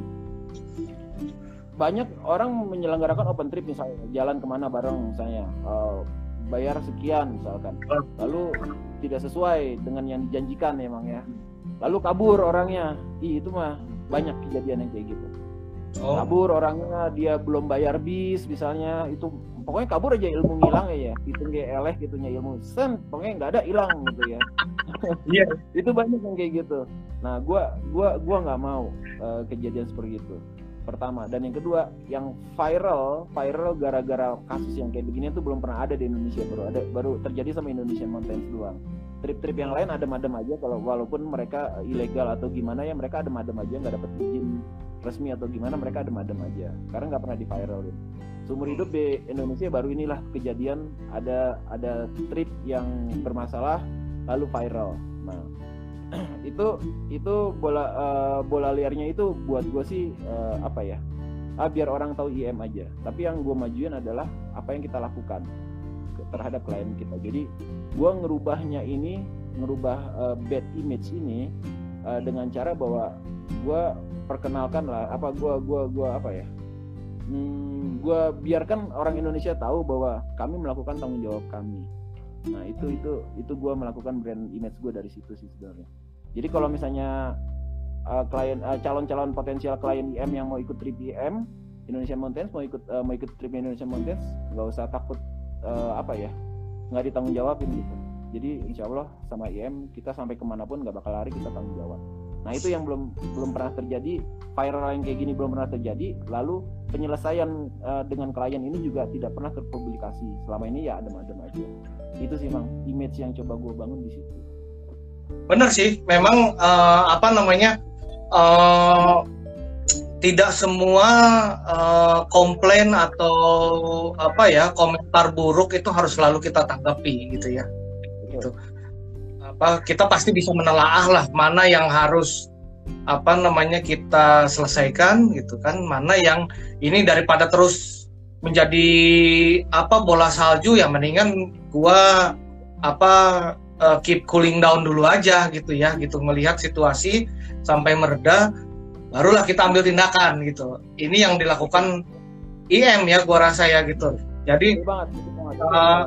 banyak orang menyelenggarakan open trip misalnya, jalan kemana bareng misalnya, uh, bayar sekian misalkan, lalu tidak sesuai dengan yang dijanjikan emang ya, lalu kabur orangnya. Ih, itu mah banyak kejadian yang kayak gitu. Oh. Kabur orangnya, dia belum bayar bis misalnya, itu pokoknya kabur aja, ilmu ngilang ya, hitung kayak eleh gitunya ilmu sen, pokoknya nggak ada, hilang gitu ya. Iya. Itu banyak yang kayak gitu. Nah, gua gua gua nggak mau uh, kejadian seperti itu. pertama. Dan yang kedua, yang viral, viral gara-gara kasus yang kayak begini tuh belum pernah ada di Indonesia, baru ada baru terjadi sama Indonesian Mountains doang. Trip-trip yang lain adem-adem aja, kalau walaupun mereka ilegal atau gimana ya, mereka adem-adem aja, nggak dapat izin resmi atau gimana, mereka adem-adem aja karena nggak pernah di-viralin. Seumur hidup di Indonesia baru inilah kejadian ada ada trip yang bermasalah lalu viral. Nah, itu itu bola uh, bola liarnya itu buat gue sih uh, apa ya? Ah, biar orang tahu I M aja. Tapi yang gue majuin adalah apa yang kita lakukan terhadap klien kita. Jadi gue ngerubahnya ini, ngerubah uh, bad image ini uh, dengan cara bahwa gue perkenalkan lah apa gue gue gue apa ya? Hmm, gue biarkan orang Indonesia tahu bahwa kami melakukan tanggung jawab kami. Nah itu itu itu gue melakukan brand image gue dari situ sih sebenarnya. Jadi kalau misalnya uh, klien uh, calon-calon potensial klien I M yang mau ikut trip I M Indonesian Mountains, mau ikut uh, mau ikut trip Indonesian Mountains, nggak usah takut uh, apa ya, nggak ditanggung jawabin gitu. Jadi insya Allah sama I M kita sampai kemanapun nggak bakal lari, kita tanggung jawab. Nah itu yang belum belum pernah terjadi, viral yang kayak gini belum pernah terjadi. Lalu penyelesaian uh, dengan klien ini juga tidak pernah terpublikasi. Selama ini ya adem-adem aja. Itu sih Mang, image yang coba gue bangun di situ. Bener sih, memang uh, apa namanya uh, tidak semua uh, komplain atau apa ya komentar buruk itu harus selalu kita tanggapi gitu ya. Gitu. Apa kita pasti bisa menelaah lah mana yang harus apa namanya kita selesaikan gitu kan, mana yang ini daripada terus menjadi apa bola salju ya mendingan gua apa uh, keep cooling down dulu aja gitu ya, gitu melihat situasi sampai mereda barulah kita ambil tindakan gitu. Ini yang dilakukan I M ya gua rasa ya gitu. Jadi uh,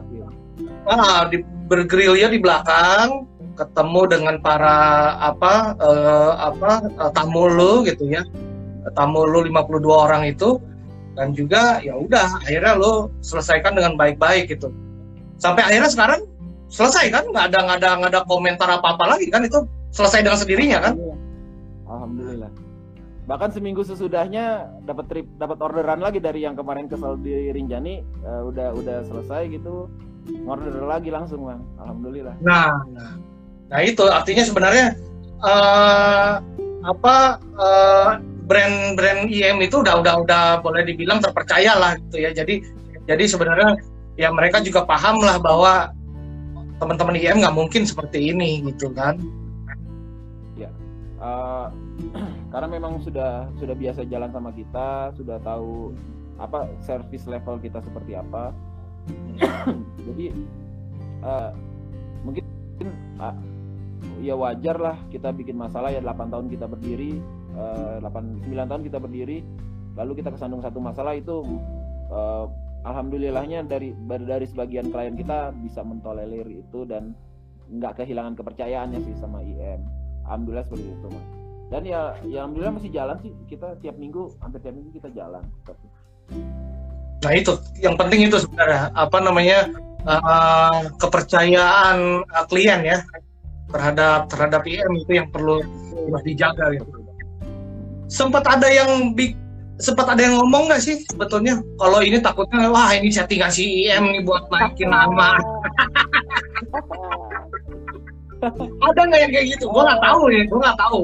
ah, di, bergerilya di belakang ketemu dengan para apa uh, apa uh, tamu lu gitu ya, tamu lu lima puluh dua orang itu, dan juga ya udah akhirnya lu selesaikan dengan baik-baik gitu sampai akhirnya sekarang selesai kan, nggak ada nggak ada nggak ada komentar apa-apa lagi kan, itu selesai dengan sendirinya kan. Alhamdulillah. Bahkan seminggu sesudahnya dapat trip dapat orderan lagi dari yang kemarin kesal di Rinjani, uh, udah udah selesai gitu, order lagi langsung Bang. Alhamdulillah. Nah, nah. Nah itu artinya sebenarnya uh, apa uh, brand-brand I M itu udah udah udah boleh dibilang terpercaya lah gitu ya. Jadi jadi sebenarnya ya mereka juga paham lah bahwa teman-teman I M nggak mungkin seperti ini gitu kan. Ya, uh, karena memang sudah sudah biasa jalan sama kita, sudah tahu apa service level kita seperti apa. Jadi uh, mungkin uh, ya wajar lah kita bikin masalah ya, delapan tahun kita berdiri, uh, delapan sembilan tahun kita berdiri, lalu kita kesandung satu masalah itu uh, alhamdulillahnya dari dari sebagian klien kita bisa mentolerir itu dan nggak kehilangan kepercayaannya sih sama I M. Alhamdulillah seperti itu Mas. Dan ya, ya alhamdulillah masih jalan sih, kita tiap minggu, hampir tiap minggu kita jalan. Nah itu yang penting itu sebenarnya apa namanya uh, kepercayaan uh, klien ya terhadap terhadap I M itu yang perlu harus dijaga gitu. Sempat ada yang big, sempat ada yang ngomong nggak sih sebetulnya kalau ini takutnya wah ini settingan si I M nih buat naikin nama. Ada nggak yang kayak gitu? Gue nggak tahu ya, gue nggak tahu.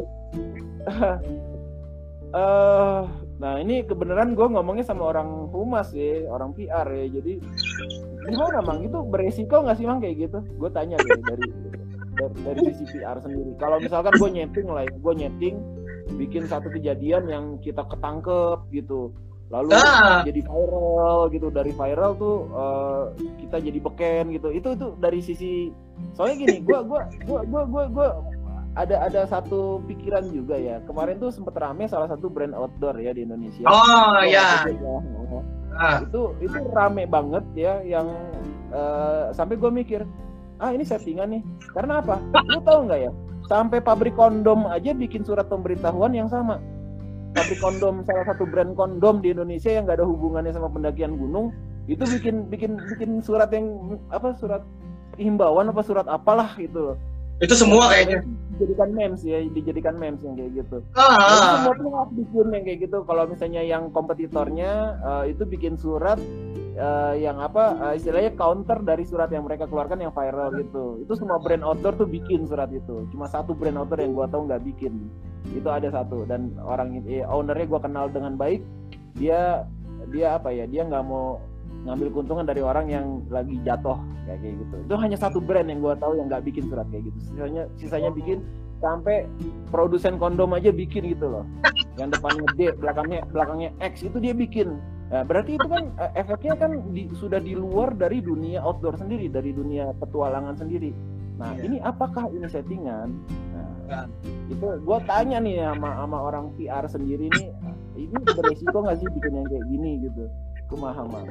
uh, nah ini kebenaran gue ngomongnya sama orang humas ya, orang P R ya. Jadi gimana Mang? Itu beresiko nggak sih Mang kayak gitu? Gue tanya deh dari dari, dari sisi P R sendiri. Kalau misalkan gue nyeting lah, gue nyeting bikin satu kejadian yang kita ketangkep gitu, lalu ah. jadi viral gitu, dari viral tuh uh, kita jadi beken gitu. Itu itu dari sisi soalnya gini, gue gue gue gue gue gue ada ada satu pikiran juga ya. Kemarin tuh sempet rame salah satu brand outdoor ya di Indonesia. Oh ya. Ah. Itu itu rame banget ya, yang uh, sampai gue mikir, ah ini settingan nih. Karena apa? Lu tahu nggak ya? Sampai pabrik kondom aja bikin surat pemberitahuan yang sama. Pabrik kondom, salah satu brand kondom di Indonesia yang nggak ada hubungannya sama pendakian gunung, itu bikin bikin bikin surat yang apa, surat himbauan apa surat apalah gitu loh. Itu semua kayaknya dijadikan memes ya, dijadikan memes yang kayak gitu. Ah. Jadi semua tuh harus bikin yang kayak gitu. Kalau misalnya yang kompetitornya uh, itu bikin surat uh, yang apa uh, istilahnya counter dari surat yang mereka keluarkan yang viral gitu. Itu semua brand outdoor tuh bikin surat itu. Cuma satu brand outdoor yang gua tahu nggak bikin. Itu ada satu dan orang eh, ownernya gua kenal dengan baik. Dia dia apa ya? Dia nggak mau ngambil keuntungan dari orang yang lagi jatuh kayak gitu. Itu hanya satu brand yang gue tahu yang nggak bikin surat kayak gitu. Sisanya sisanya bikin sampai produsen kondom aja bikin gitu loh. Yang depannya D, belakangnya belakangnya X itu dia bikin. Nah, berarti itu kan efeknya kan di, sudah di luar dari dunia outdoor sendiri, dari dunia petualangan sendiri. Nah, yeah. Ini apakah ini settingan? Nah, yeah. Itu gue tanya nih sama sama orang P R sendiri nih, ini beresiko nggak sih bikin yang kayak gini gitu? Kumaha mah.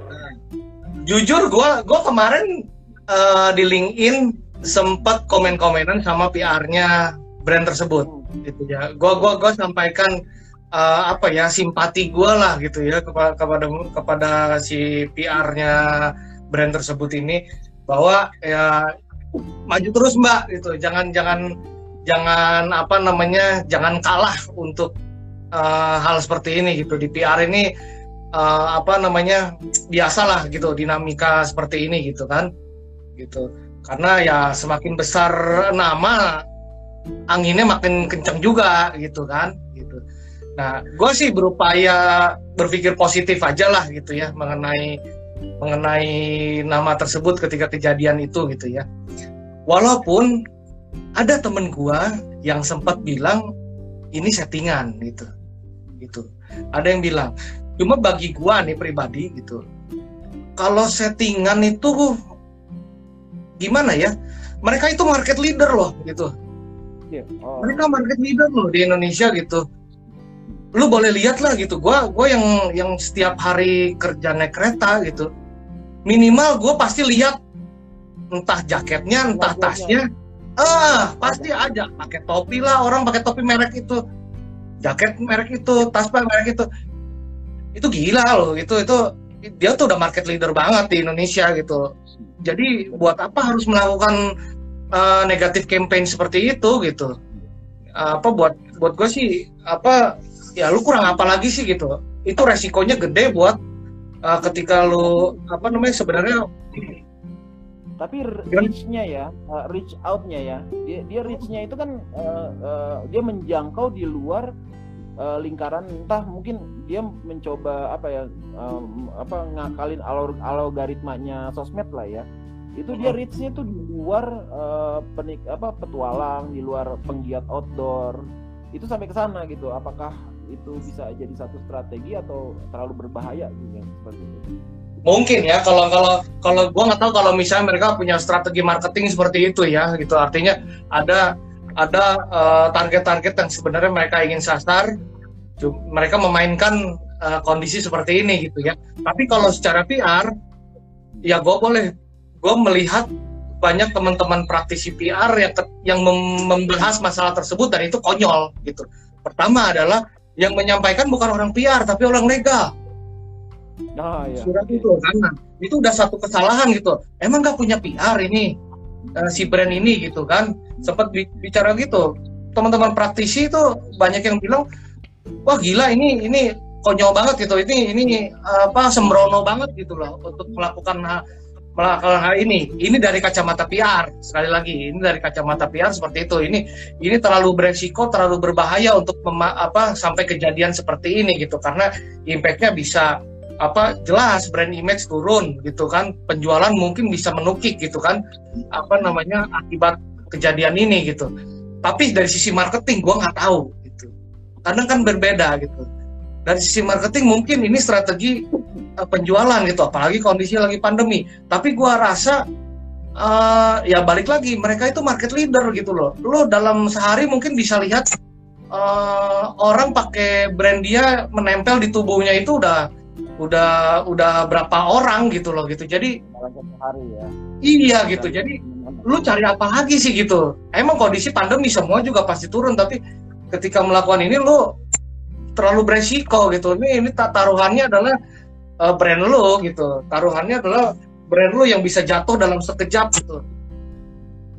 Jujur gue gue kemarin uh, di LinkedIn sempat komen-komenan sama P R-nya brand tersebut hmm. gitu ya. Gue gue gue sampaikan uh, apa ya simpati gue lah gitu ya kepada kepada kepada si P R-nya brand tersebut ini bahwa ya maju terus Mbak gitu. Jangan jangan jangan apa namanya jangan kalah untuk uh, hal seperti ini gitu. Di P R ini Uh, apa namanya biasalah gitu dinamika seperti ini gitu kan gitu karena ya semakin besar nama anginnya makin kenceng juga gitu kan gitu. Nah gue sih berupaya berpikir positif aja lah gitu ya mengenai mengenai nama tersebut ketika kejadian itu gitu ya, walaupun ada temen gue yang sempat bilang ini settingan gitu gitu ada yang bilang. Cuma bagi gua nih pribadi gitu, kalau settingan itu gimana ya? Mereka itu market leader loh gitu. Yeah. Oh. Mereka market leader loh di Indonesia gitu. Lu boleh lihat lah gitu. Gua gua yang yang setiap hari kerja naik kereta gitu. Minimal gua pasti lihat entah jaketnya, entah tasnya. Ah, pasti aja pakai topi lah, orang pakai topi merek itu. Jaket merek itu, tas merek itu. Itu gila loh, itu itu dia tuh udah market leader banget di Indonesia gitu. Jadi buat apa harus melakukan uh, negatif campaign seperti itu gitu? Uh, apa buat buat gue sih apa ya lu kurang apa lagi sih gitu? Itu resikonya gede buat uh, ketika lu apa namanya sebenarnya. Tapi reach-nya ya, uh, reach out-nya ya, dia dia reach-nya itu kan uh, uh, dia menjangkau di luar Uh, lingkaran entah mungkin dia mencoba apa ya um, apa ngakalin alor, algoritmanya sosmed lah ya itu dia reach-nya tuh di luar uh, penik apa petualang di luar penggiat outdoor itu sampai ke sana gitu. Apakah itu bisa jadi satu strategi atau terlalu berbahaya gitu seperti itu? Mungkin ya kalau kalau kalau gua nggak tahu kalau misalnya mereka punya strategi marketing seperti itu ya gitu artinya ada ada uh, target-target yang sebenarnya mereka ingin sasar, mereka memainkan uh, kondisi seperti ini gitu ya. Tapi kalau secara P R, ya gue boleh, gue melihat banyak teman-teman praktisi P R yang yang mem- membahas masalah tersebut dan itu konyol gitu. Pertama adalah yang menyampaikan bukan orang P R tapi orang legal. Oh, iya. Surat itu kan, itu udah satu kesalahan gitu. Emang nggak punya P R ini? Uh, si brand ini gitu kan sempat bicara gitu teman-teman praktisi itu banyak yang bilang wah gila ini ini konyol banget gitu ini ini apa sembrono banget gitu loh untuk melakukan melakukan hal ini ini dari kacamata P R sekali lagi ini dari kacamata P R seperti itu ini ini terlalu beresiko terlalu berbahaya untuk mema- apa sampai kejadian seperti ini gitu karena impact-nya bisa apa jelas brand image turun gitu kan penjualan mungkin bisa menukik gitu kan apa namanya akibat kejadian ini gitu tapi dari sisi marketing gua nggak tahu gitu karena kan berbeda gitu dari sisi marketing mungkin ini strategi uh, penjualan gitu apalagi kondisi lagi pandemi tapi gua rasa uh, ya balik lagi mereka itu market leader gitu loh lo dalam sehari mungkin bisa lihat uh, orang pakai brand dia menempel di tubuhnya itu udah udah udah berapa orang gitu loh gitu jadi hari ya iya gitu jadi lu cari apa lagi sih gitu emang kondisi pandemi semua juga pasti turun tapi ketika melakukan ini lu terlalu beresiko gitu ini ini taruhannya adalah uh, brand lu gitu taruhannya adalah brand lu yang bisa jatuh dalam sekejap gitu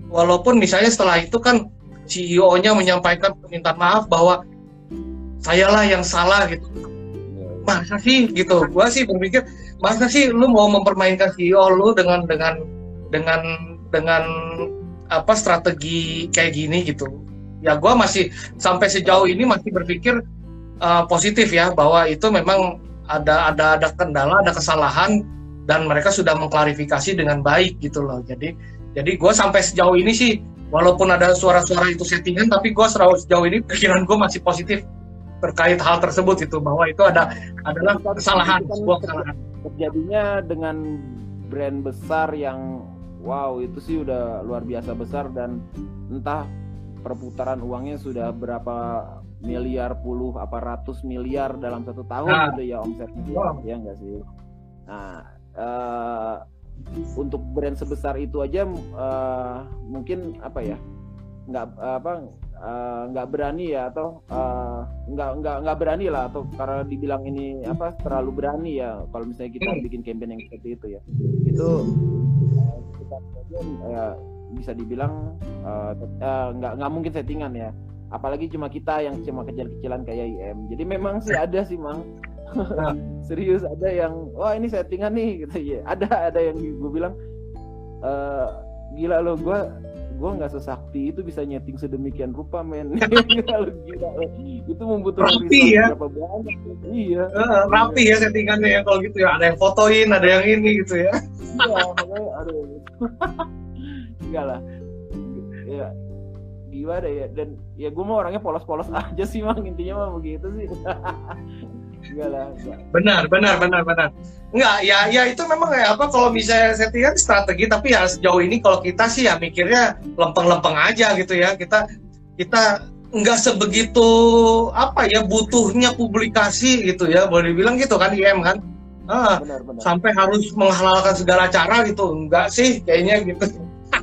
walaupun misalnya setelah itu kan C E O-nya menyampaikan permintaan maaf bahwa sayalah yang salah gitu. Masa sih gitu? Gua sih berpikir masa sih lu mau mempermainkan C E O lu dengan dengan dengan dengan apa strategi kayak gini gitu. Ya gua masih sampai sejauh ini masih berpikir uh, positif ya, bahwa itu memang ada ada ada kendala, ada kesalahan, dan mereka sudah mengklarifikasi dengan baik gitu loh. Jadi jadi gue sampai sejauh ini sih, walaupun ada suara-suara itu settingan, tapi gue sejauh ini pikiran gue masih positif terkait hal tersebut itu, bahwa itu ada adalah kesalahan, sebuah kesalahan. Terjadinya dengan brand besar yang wow, itu sih udah luar biasa besar, dan entah perputaran uangnya sudah berapa miliar, puluh apa ratus miliar dalam satu tahun nah, gitu ya omsetnya, wow. Ya enggak sih. Nah, uh, untuk brand sebesar itu aja uh, mungkin apa ya, nggak apa uh, nggak berani ya, atau uh, nggak nggak nggak berani lah, atau karena dibilang ini apa terlalu berani ya kalau misalnya kita hmm. bikin campaign yang seperti itu ya, itu uh, kita uh, bisa dibilang uh, uh, nggak nggak mungkin settingan ya. Apalagi cuma kita yang cuma kecil-kecilan kayak I M. Jadi memang sih ada sih Mang. Serius ada yang wah ini settingan nih gitu ya. Ada ada yang gue bilang e, gila lo, gue gue nggak sesakti itu bisa nyeting sedemikian rupa men. Gila lo, gila lo. Itu membutuhkan rapi ya. Berapa banyak. Iya. Uh, rapi ya settingannya ya kalau gitu ya. Ada yang fotoin, ada yang ini gitu ya. Iya, makanya aduh. Enggak lah. Ya gimana ya, dan ya gue mau orangnya polos-polos aja sih Mang, intinya mah begitu sih. Enggak lah, enggak. Benar, benar, benar, benar. Enggak, ya ya itu memang kayak apa, kalau misalnya settingan strategi, tapi ya sejauh ini kalau kita sih ya mikirnya lempeng-lempeng aja gitu ya. Kita kita enggak sebegitu apa ya butuhnya publikasi gitu ya, boleh dibilang gitu kan I M kan. Ah, benar, benar. Sampai harus menghalalkan segala cara gitu. Enggak sih kayaknya gitu.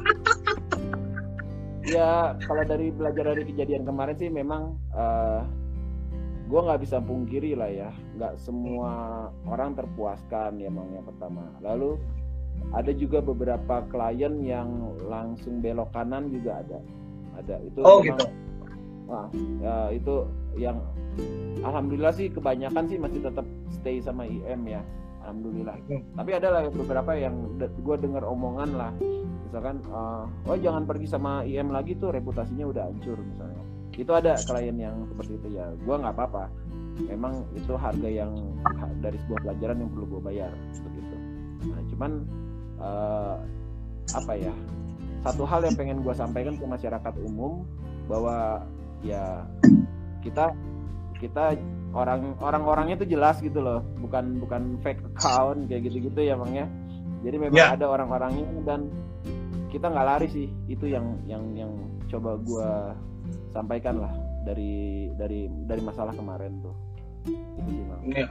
Ya kalau dari belajar dari kejadian kemarin sih memang uh, gue nggak bisa pungkiri lah ya, nggak semua orang terpuaskan ya Mang, yang pertama. Lalu ada juga beberapa klien yang langsung belok kanan juga ada, ada itu. Oh memang, gitu. Wah, ya, itu yang alhamdulillah sih kebanyakan sih masih tetap stay sama I M ya, alhamdulillah. Hmm. Tapi ada lah beberapa yang gue dengar omongan lah. Misalkan, uh, oh jangan pergi sama I M lagi tuh, reputasinya udah hancur misalnya. Itu ada klien yang seperti itu ya. Gue nggak apa-apa. Memang itu harga yang dari sebuah pelajaran yang perlu gue bayar seperti itu. Nah, cuman uh, apa ya? Satu hal yang pengen gue sampaikan ke masyarakat umum bahwa ya kita kita orang orang-orangnya tuh jelas gitu loh, bukan bukan fake account kayak gitu-gitu ya Bang ya. Jadi memang yeah. ada orang-orangnya, dan kita nggak lari sih, itu yang yang yang coba gue sampaikan lah dari dari dari masalah kemarin tuh. Itu sih Bang. Iya.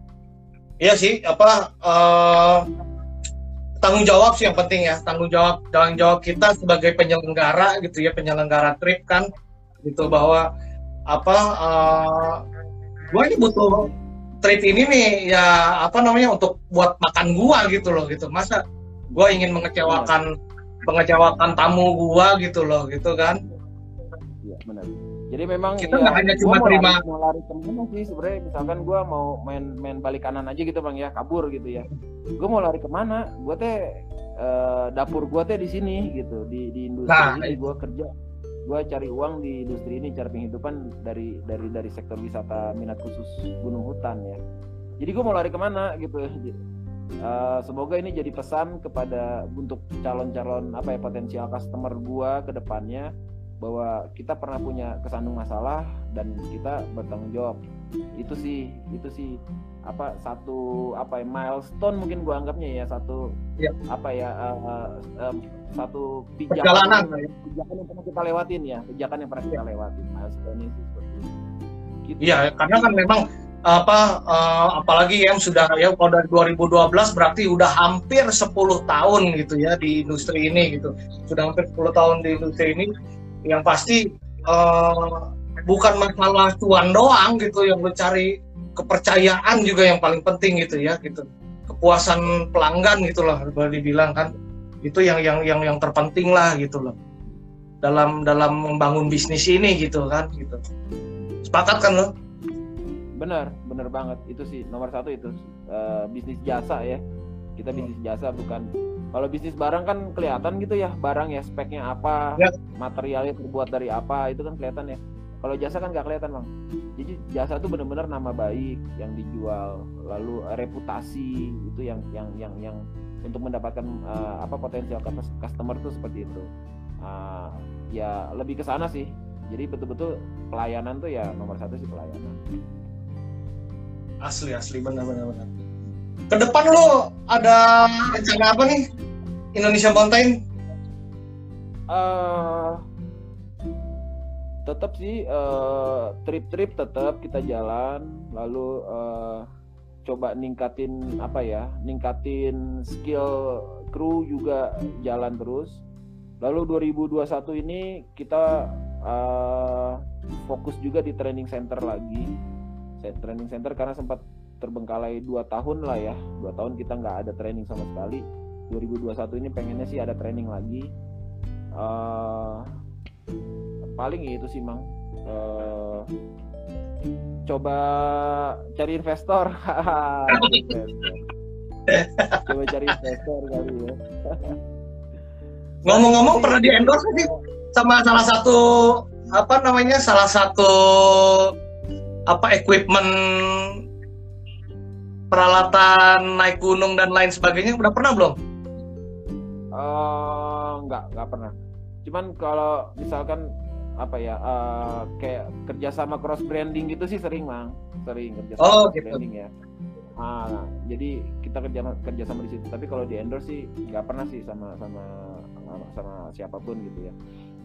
Iya sih, apa uh, tanggung jawab sih yang penting ya, tanggung jawab tanggung jawab kita sebagai penyelenggara gitu ya, penyelenggara trip kan, gitu, bahwa apa uh, gue ini butuh trip ini nih ya, apa namanya, untuk buat makan gua gitu loh, gitu. Masa gue ingin mengecewakan ya. mengecewakan tamu gua gitu loh, gitu kan? Iya benar. Jadi memang kita nggak ya, hanya cuma mau terima lari, mau lari kemana sih sebenarnya, misalkan gua mau main main balik kanan aja gitu Bang ya, kabur gitu ya. Gua mau lari kemana? Gua teh eh, dapur gua teh di sini gitu, di di industri nah, ini gua kerja. Gua cari uang di industri ini, cari penghidupan dari dari dari sektor wisata minat khusus gunung hutan ya. Jadi gua mau lari kemana gitu. Uh, semoga ini jadi pesan kepada untuk calon-calon apa ya, potensial customer gua ke depannya, bahwa kita pernah punya kesandung masalah dan kita bertanggung jawab. Itu sih itu sih apa satu apa ya, milestone mungkin gua anggapnya ya, satu ya. apa ya uh, uh, um, satu pijakan pijakan yang pernah kita lewatin ya, pijakan yang pernah kita lewatin. Milestone sih seperti itu. Gitu. Iya, karena kan memang apa uh, apalagi yang sudah ya kalau dari dua ribu dua belas berarti udah hampir sepuluh tahun gitu ya di industri ini gitu. Sudah hampir sepuluh tahun di industri ini, yang pasti uh, bukan masalah cuan doang gitu yang lu cari, kepercayaan juga yang paling penting gitu ya gitu. Kepuasan pelanggan gitu loh boleh dibilang kan. Itu yang yang yang yang terpenting lah gitu loh. dalam dalam membangun bisnis ini gitu kan gitu. Sepakat kan lo? Benar, benar banget. Itu sih nomor satu itu uh, bisnis jasa ya. Kita bisnis jasa bukan. Kalau bisnis barang kan kelihatan gitu ya, barang ya speknya apa, ya. Materialnya terbuat dari apa, itu kan kelihatan ya. Kalau jasa kan nggak kelihatan bang. Jadi jasa itu benar-benar nama baik yang dijual, lalu reputasi itu yang yang yang yang untuk mendapatkan uh, apa potensial customer itu seperti itu. Uh, ya lebih ke sana sih. Jadi betul-betul pelayanan tuh ya nomor satu sih pelayanan. Asli asli benar-benar. Ke depan lo ada rencana apa nih Indonesia Mountain? Uh, tetap sih uh, trip-trip tetap kita jalan, lalu uh, coba ningkatin apa ya, ningkatin skill kru juga jalan terus. Lalu dua ribu dua puluh satu ini kita uh, fokus juga di training center lagi, training center karena sempat terbengkalai dua tahun lah ya, dua tahun kita nggak ada training sama sekali. dua ribu dua puluh satu ini pengennya sih ada training lagi. Uh, paling itu sih mang. Uh, coba cari investor. Coba cari investor kali ya. Ngomong-ngomong pernah di endorse sih sama salah satu apa namanya salah satu apa equipment peralatan naik gunung dan lain sebagainya udah pernah belum? Uh, enggak, enggak pernah. Cuman kalau misalkan apa ya uh, kayak kerjasama cross branding gitu sih sering mang, sering kerjasama oh, cross gitu. branding ya. Ah, jadi kita kerja kerjasama di situ. Tapi kalau di endorse sih nggak pernah sih sama sama sama, sama siapapun gitu ya.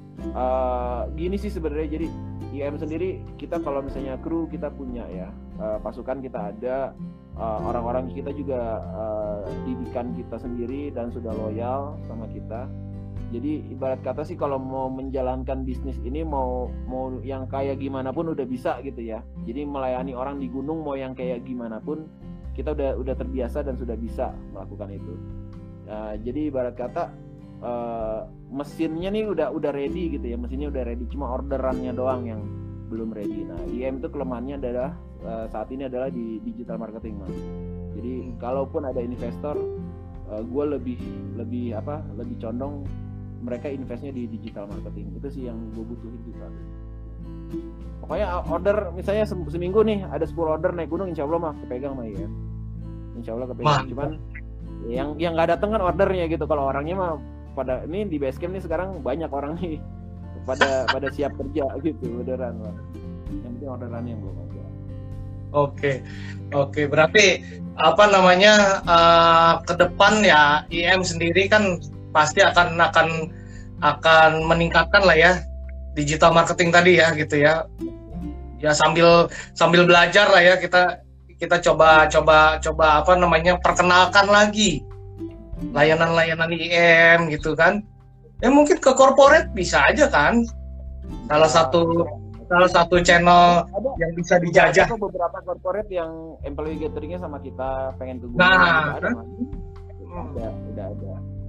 Uh, gini sih sebenarnya jadi I M sendiri kita kalau misalnya kru kita punya ya, uh, pasukan kita ada, uh, orang-orang kita juga uh, didikan kita sendiri dan sudah loyal sama kita. Jadi ibarat kata sih kalau mau menjalankan bisnis ini mau mau yang kayak gimana pun udah bisa gitu ya. Jadi melayani orang di gunung mau yang kayak gimana pun kita udah udah terbiasa dan sudah bisa melakukan itu. Uh, jadi ibarat kata uh, mesinnya nih udah udah ready gitu ya, mesinnya udah ready, cuma orderannya doang yang belum ready. Nah, I M itu kelemahannya adalah uh, saat ini adalah di digital marketing mas. Jadi kalaupun ada investor, uh, gue lebih lebih apa lebih condong mereka investnya di digital marketing. Itu sih yang gue butuhin di saat ini. Pokoknya order misalnya seminggu nih ada sepuluh order naik gunung, insya Allah mah kepegang mah ya. Insya Allah kepegang. Cuman yang yang nggak dateng kan ordernya gitu. Kalau orangnya mah pada ini di base camp nih sekarang banyak orang nih pada pada siap kerja gitu beneran mah. Yang penting orderannya yang belum ada. Oke, oke berarti apa namanya uh, ke depan ya I M sendiri kan pasti akan akan akan meningkatkan lah ya digital marketing tadi ya gitu ya. Ya sambil sambil belajar lah ya kita kita coba coba coba apa namanya perkenalkan lagi layanan-layanan I M gitu kan. Ya mungkin ke corporate bisa aja kan. Salah satu salah satu channel ada, yang bisa dijajah. Ada beberapa corporate yang employee gatheringnya sama kita pengen ke gunung. Nah, ada, hmm. ada, udah ada.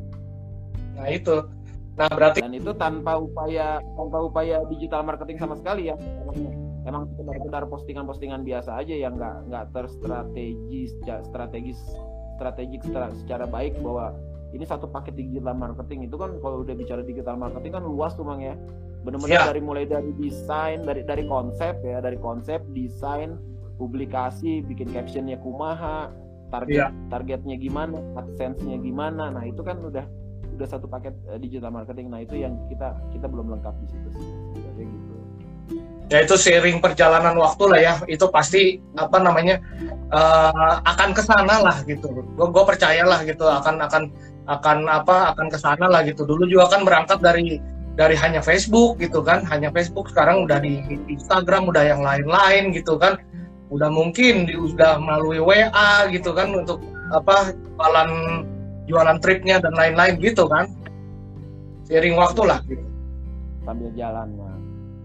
Nah itu. Nah berarti dan itu tanpa upaya tanpa upaya digital marketing sama sekali ya. Emang, emang benar-benar postingan-postingan biasa aja yang nggak nggak terstrategis strategis strategik secara, secara baik bahwa ini satu paket digital marketing. Itu kan kalau udah bicara digital marketing kan luas tuh mang ya. Benar-benar ya. dari mulai dari desain, dari dari konsep ya, dari konsep, desain, publikasi, bikin captionnya kumaha, target ya. targetnya gimana, AdSense-nya gimana. Nah, itu kan udah udah satu paket uh, digital marketing. Nah, itu yang kita kita belum lengkap di situ sih. Kayak gitu. Ya itu seiring perjalanan waktu lah ya. Itu pasti apa namanya uh, akan kesana lah gitu. Gue gue percayalah gitu akan akan akan apa akan kesana lah gitu. Dulu juga kan berangkat dari dari hanya Facebook gitu kan, hanya Facebook, sekarang udah di Instagram, udah yang lain-lain gitu kan, udah mungkin di, udah melalui W A gitu kan untuk apa jualan jualan tripnya dan lain-lain gitu kan, seiring waktu lah gitu. Sambil jalan mah.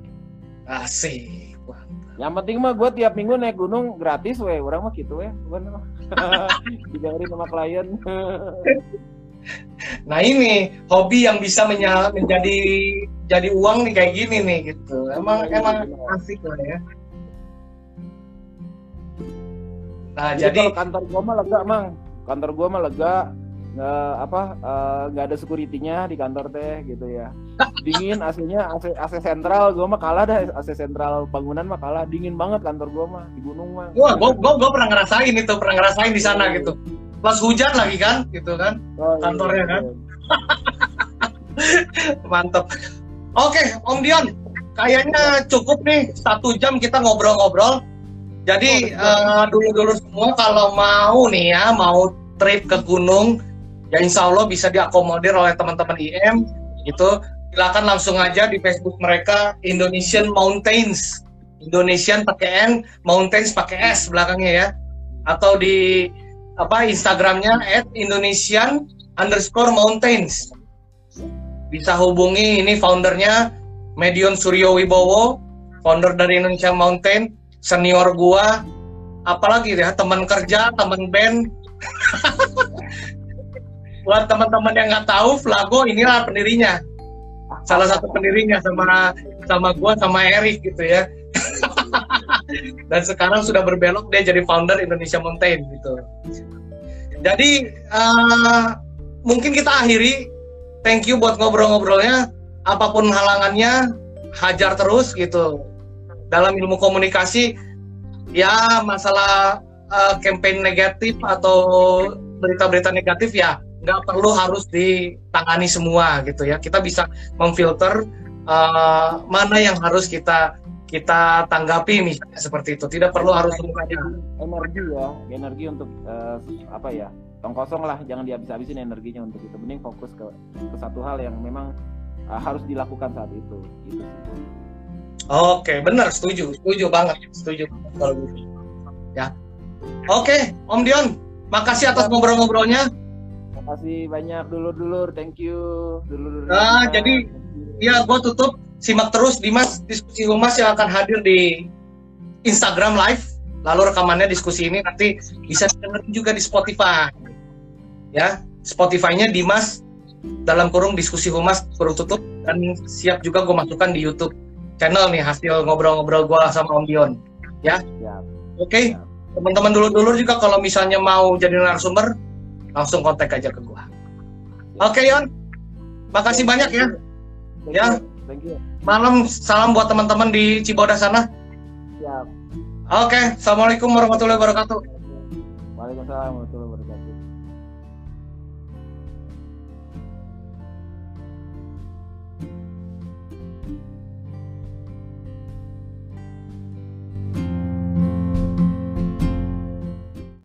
Asik. Yang penting mah gue tiap minggu naik gunung gratis weh, orang mah gitu weh, bukan mah. Dibayarin sama klien. Nah ini hobi yang bisa menya, menjadi jadi uang nih kayak gini nih gitu. Emang Iya, emang benar. asik lah ya. Nah, Jadi, jadi kalau kantor gua mah lega, Mang. Kantor gua mah lega. Nggak apa eh, nggak ada security-nya di kantor teh gitu ya. Dingin A C-nya A C A C sentral gua mah kalah dah. A C sentral bangunan mah kalah. Dingin banget kantor gua mah di gunung mah. gua gua gua, gua pernah ngerasain itu, pernah ngerasain di sana gitu. Pas hujan lagi kan, gitu kan. Oh, iya, Kantornya kan. iya. Mantep. Oke, Om Dion, kayaknya cukup nih satu jam kita ngobrol-ngobrol. Jadi eh, dulu-dulu semua kalau mau nih ya, mau trip ke gunung, ya insya Allah bisa diakomodir oleh teman-teman I M. Gitu, silakan langsung aja di Facebook mereka Indonesian Mountains, Indonesian pakai N, Mountains pakai S belakangnya ya, atau di apa Instagramnya at Indonesian underscore Mountains. Bisa hubungi ini foundernya Medion Suryo Wibowo, founder dari Indonesia Mountain, senior gua, apalagi ya teman kerja, teman band. Buat teman-teman yang nggak tahu, Flago inilah pendirinya, salah satu pendirinya sama sama gua sama Erik gitu ya. Dan sekarang sudah berbelok dia jadi founder Indonesia Mountain gitu. Jadi uh, mungkin kita akhiri. Thank you buat ngobrol-ngobrolnya. Apapun halangannya, hajar terus gitu. Dalam ilmu komunikasi, ya masalah uh, campaign negatif atau berita-berita negatif ya nggak perlu harus ditangani semua gitu ya. Kita bisa memfilter uh, mana yang harus kita kita tanggapi misalnya seperti itu. Tidak perlu harus semuanya. Energi ya, energi untuk eh, apa ya? Tong kosong lah, jangan dihabis-habisin energinya untuk itu. Mending fokus ke, ke satu hal yang memang uh, harus dilakukan saat itu. Gitu. Oke, benar, setuju, setuju banget, setuju kalau gitu. Ya, oke, Om Dion, makasih atas ngobrol-ngobrolnya. Makasih banyak dulur-dulur, thank you dulur-dulur. Nah, jadi ya gue tutup, simak terus Dimas diskusi humas yang akan hadir di Instagram Live. Lalu rekamannya diskusi ini nanti bisa dengerin juga di Spotify. Ya, Spotify-nya Dimas dalam kurung diskusi humas kurung tutup, dan siap juga gue masukkan di YouTube channel nih hasil ngobrol-ngobrol gue sama Om Dion. Ya, ya. Oke, okay. Teman-teman dulur-dulur juga kalau misalnya mau jadi narasumber langsung kontak aja ke gue. Oke, okay, Yon, makasih banyak ya. Thank Ya, you. Thank you. Malam salam buat teman-teman di Cibodas sana. Siap. Oke, okay. Assalamualaikum warahmatullahi wabarakatuh. Waalaikumsalam.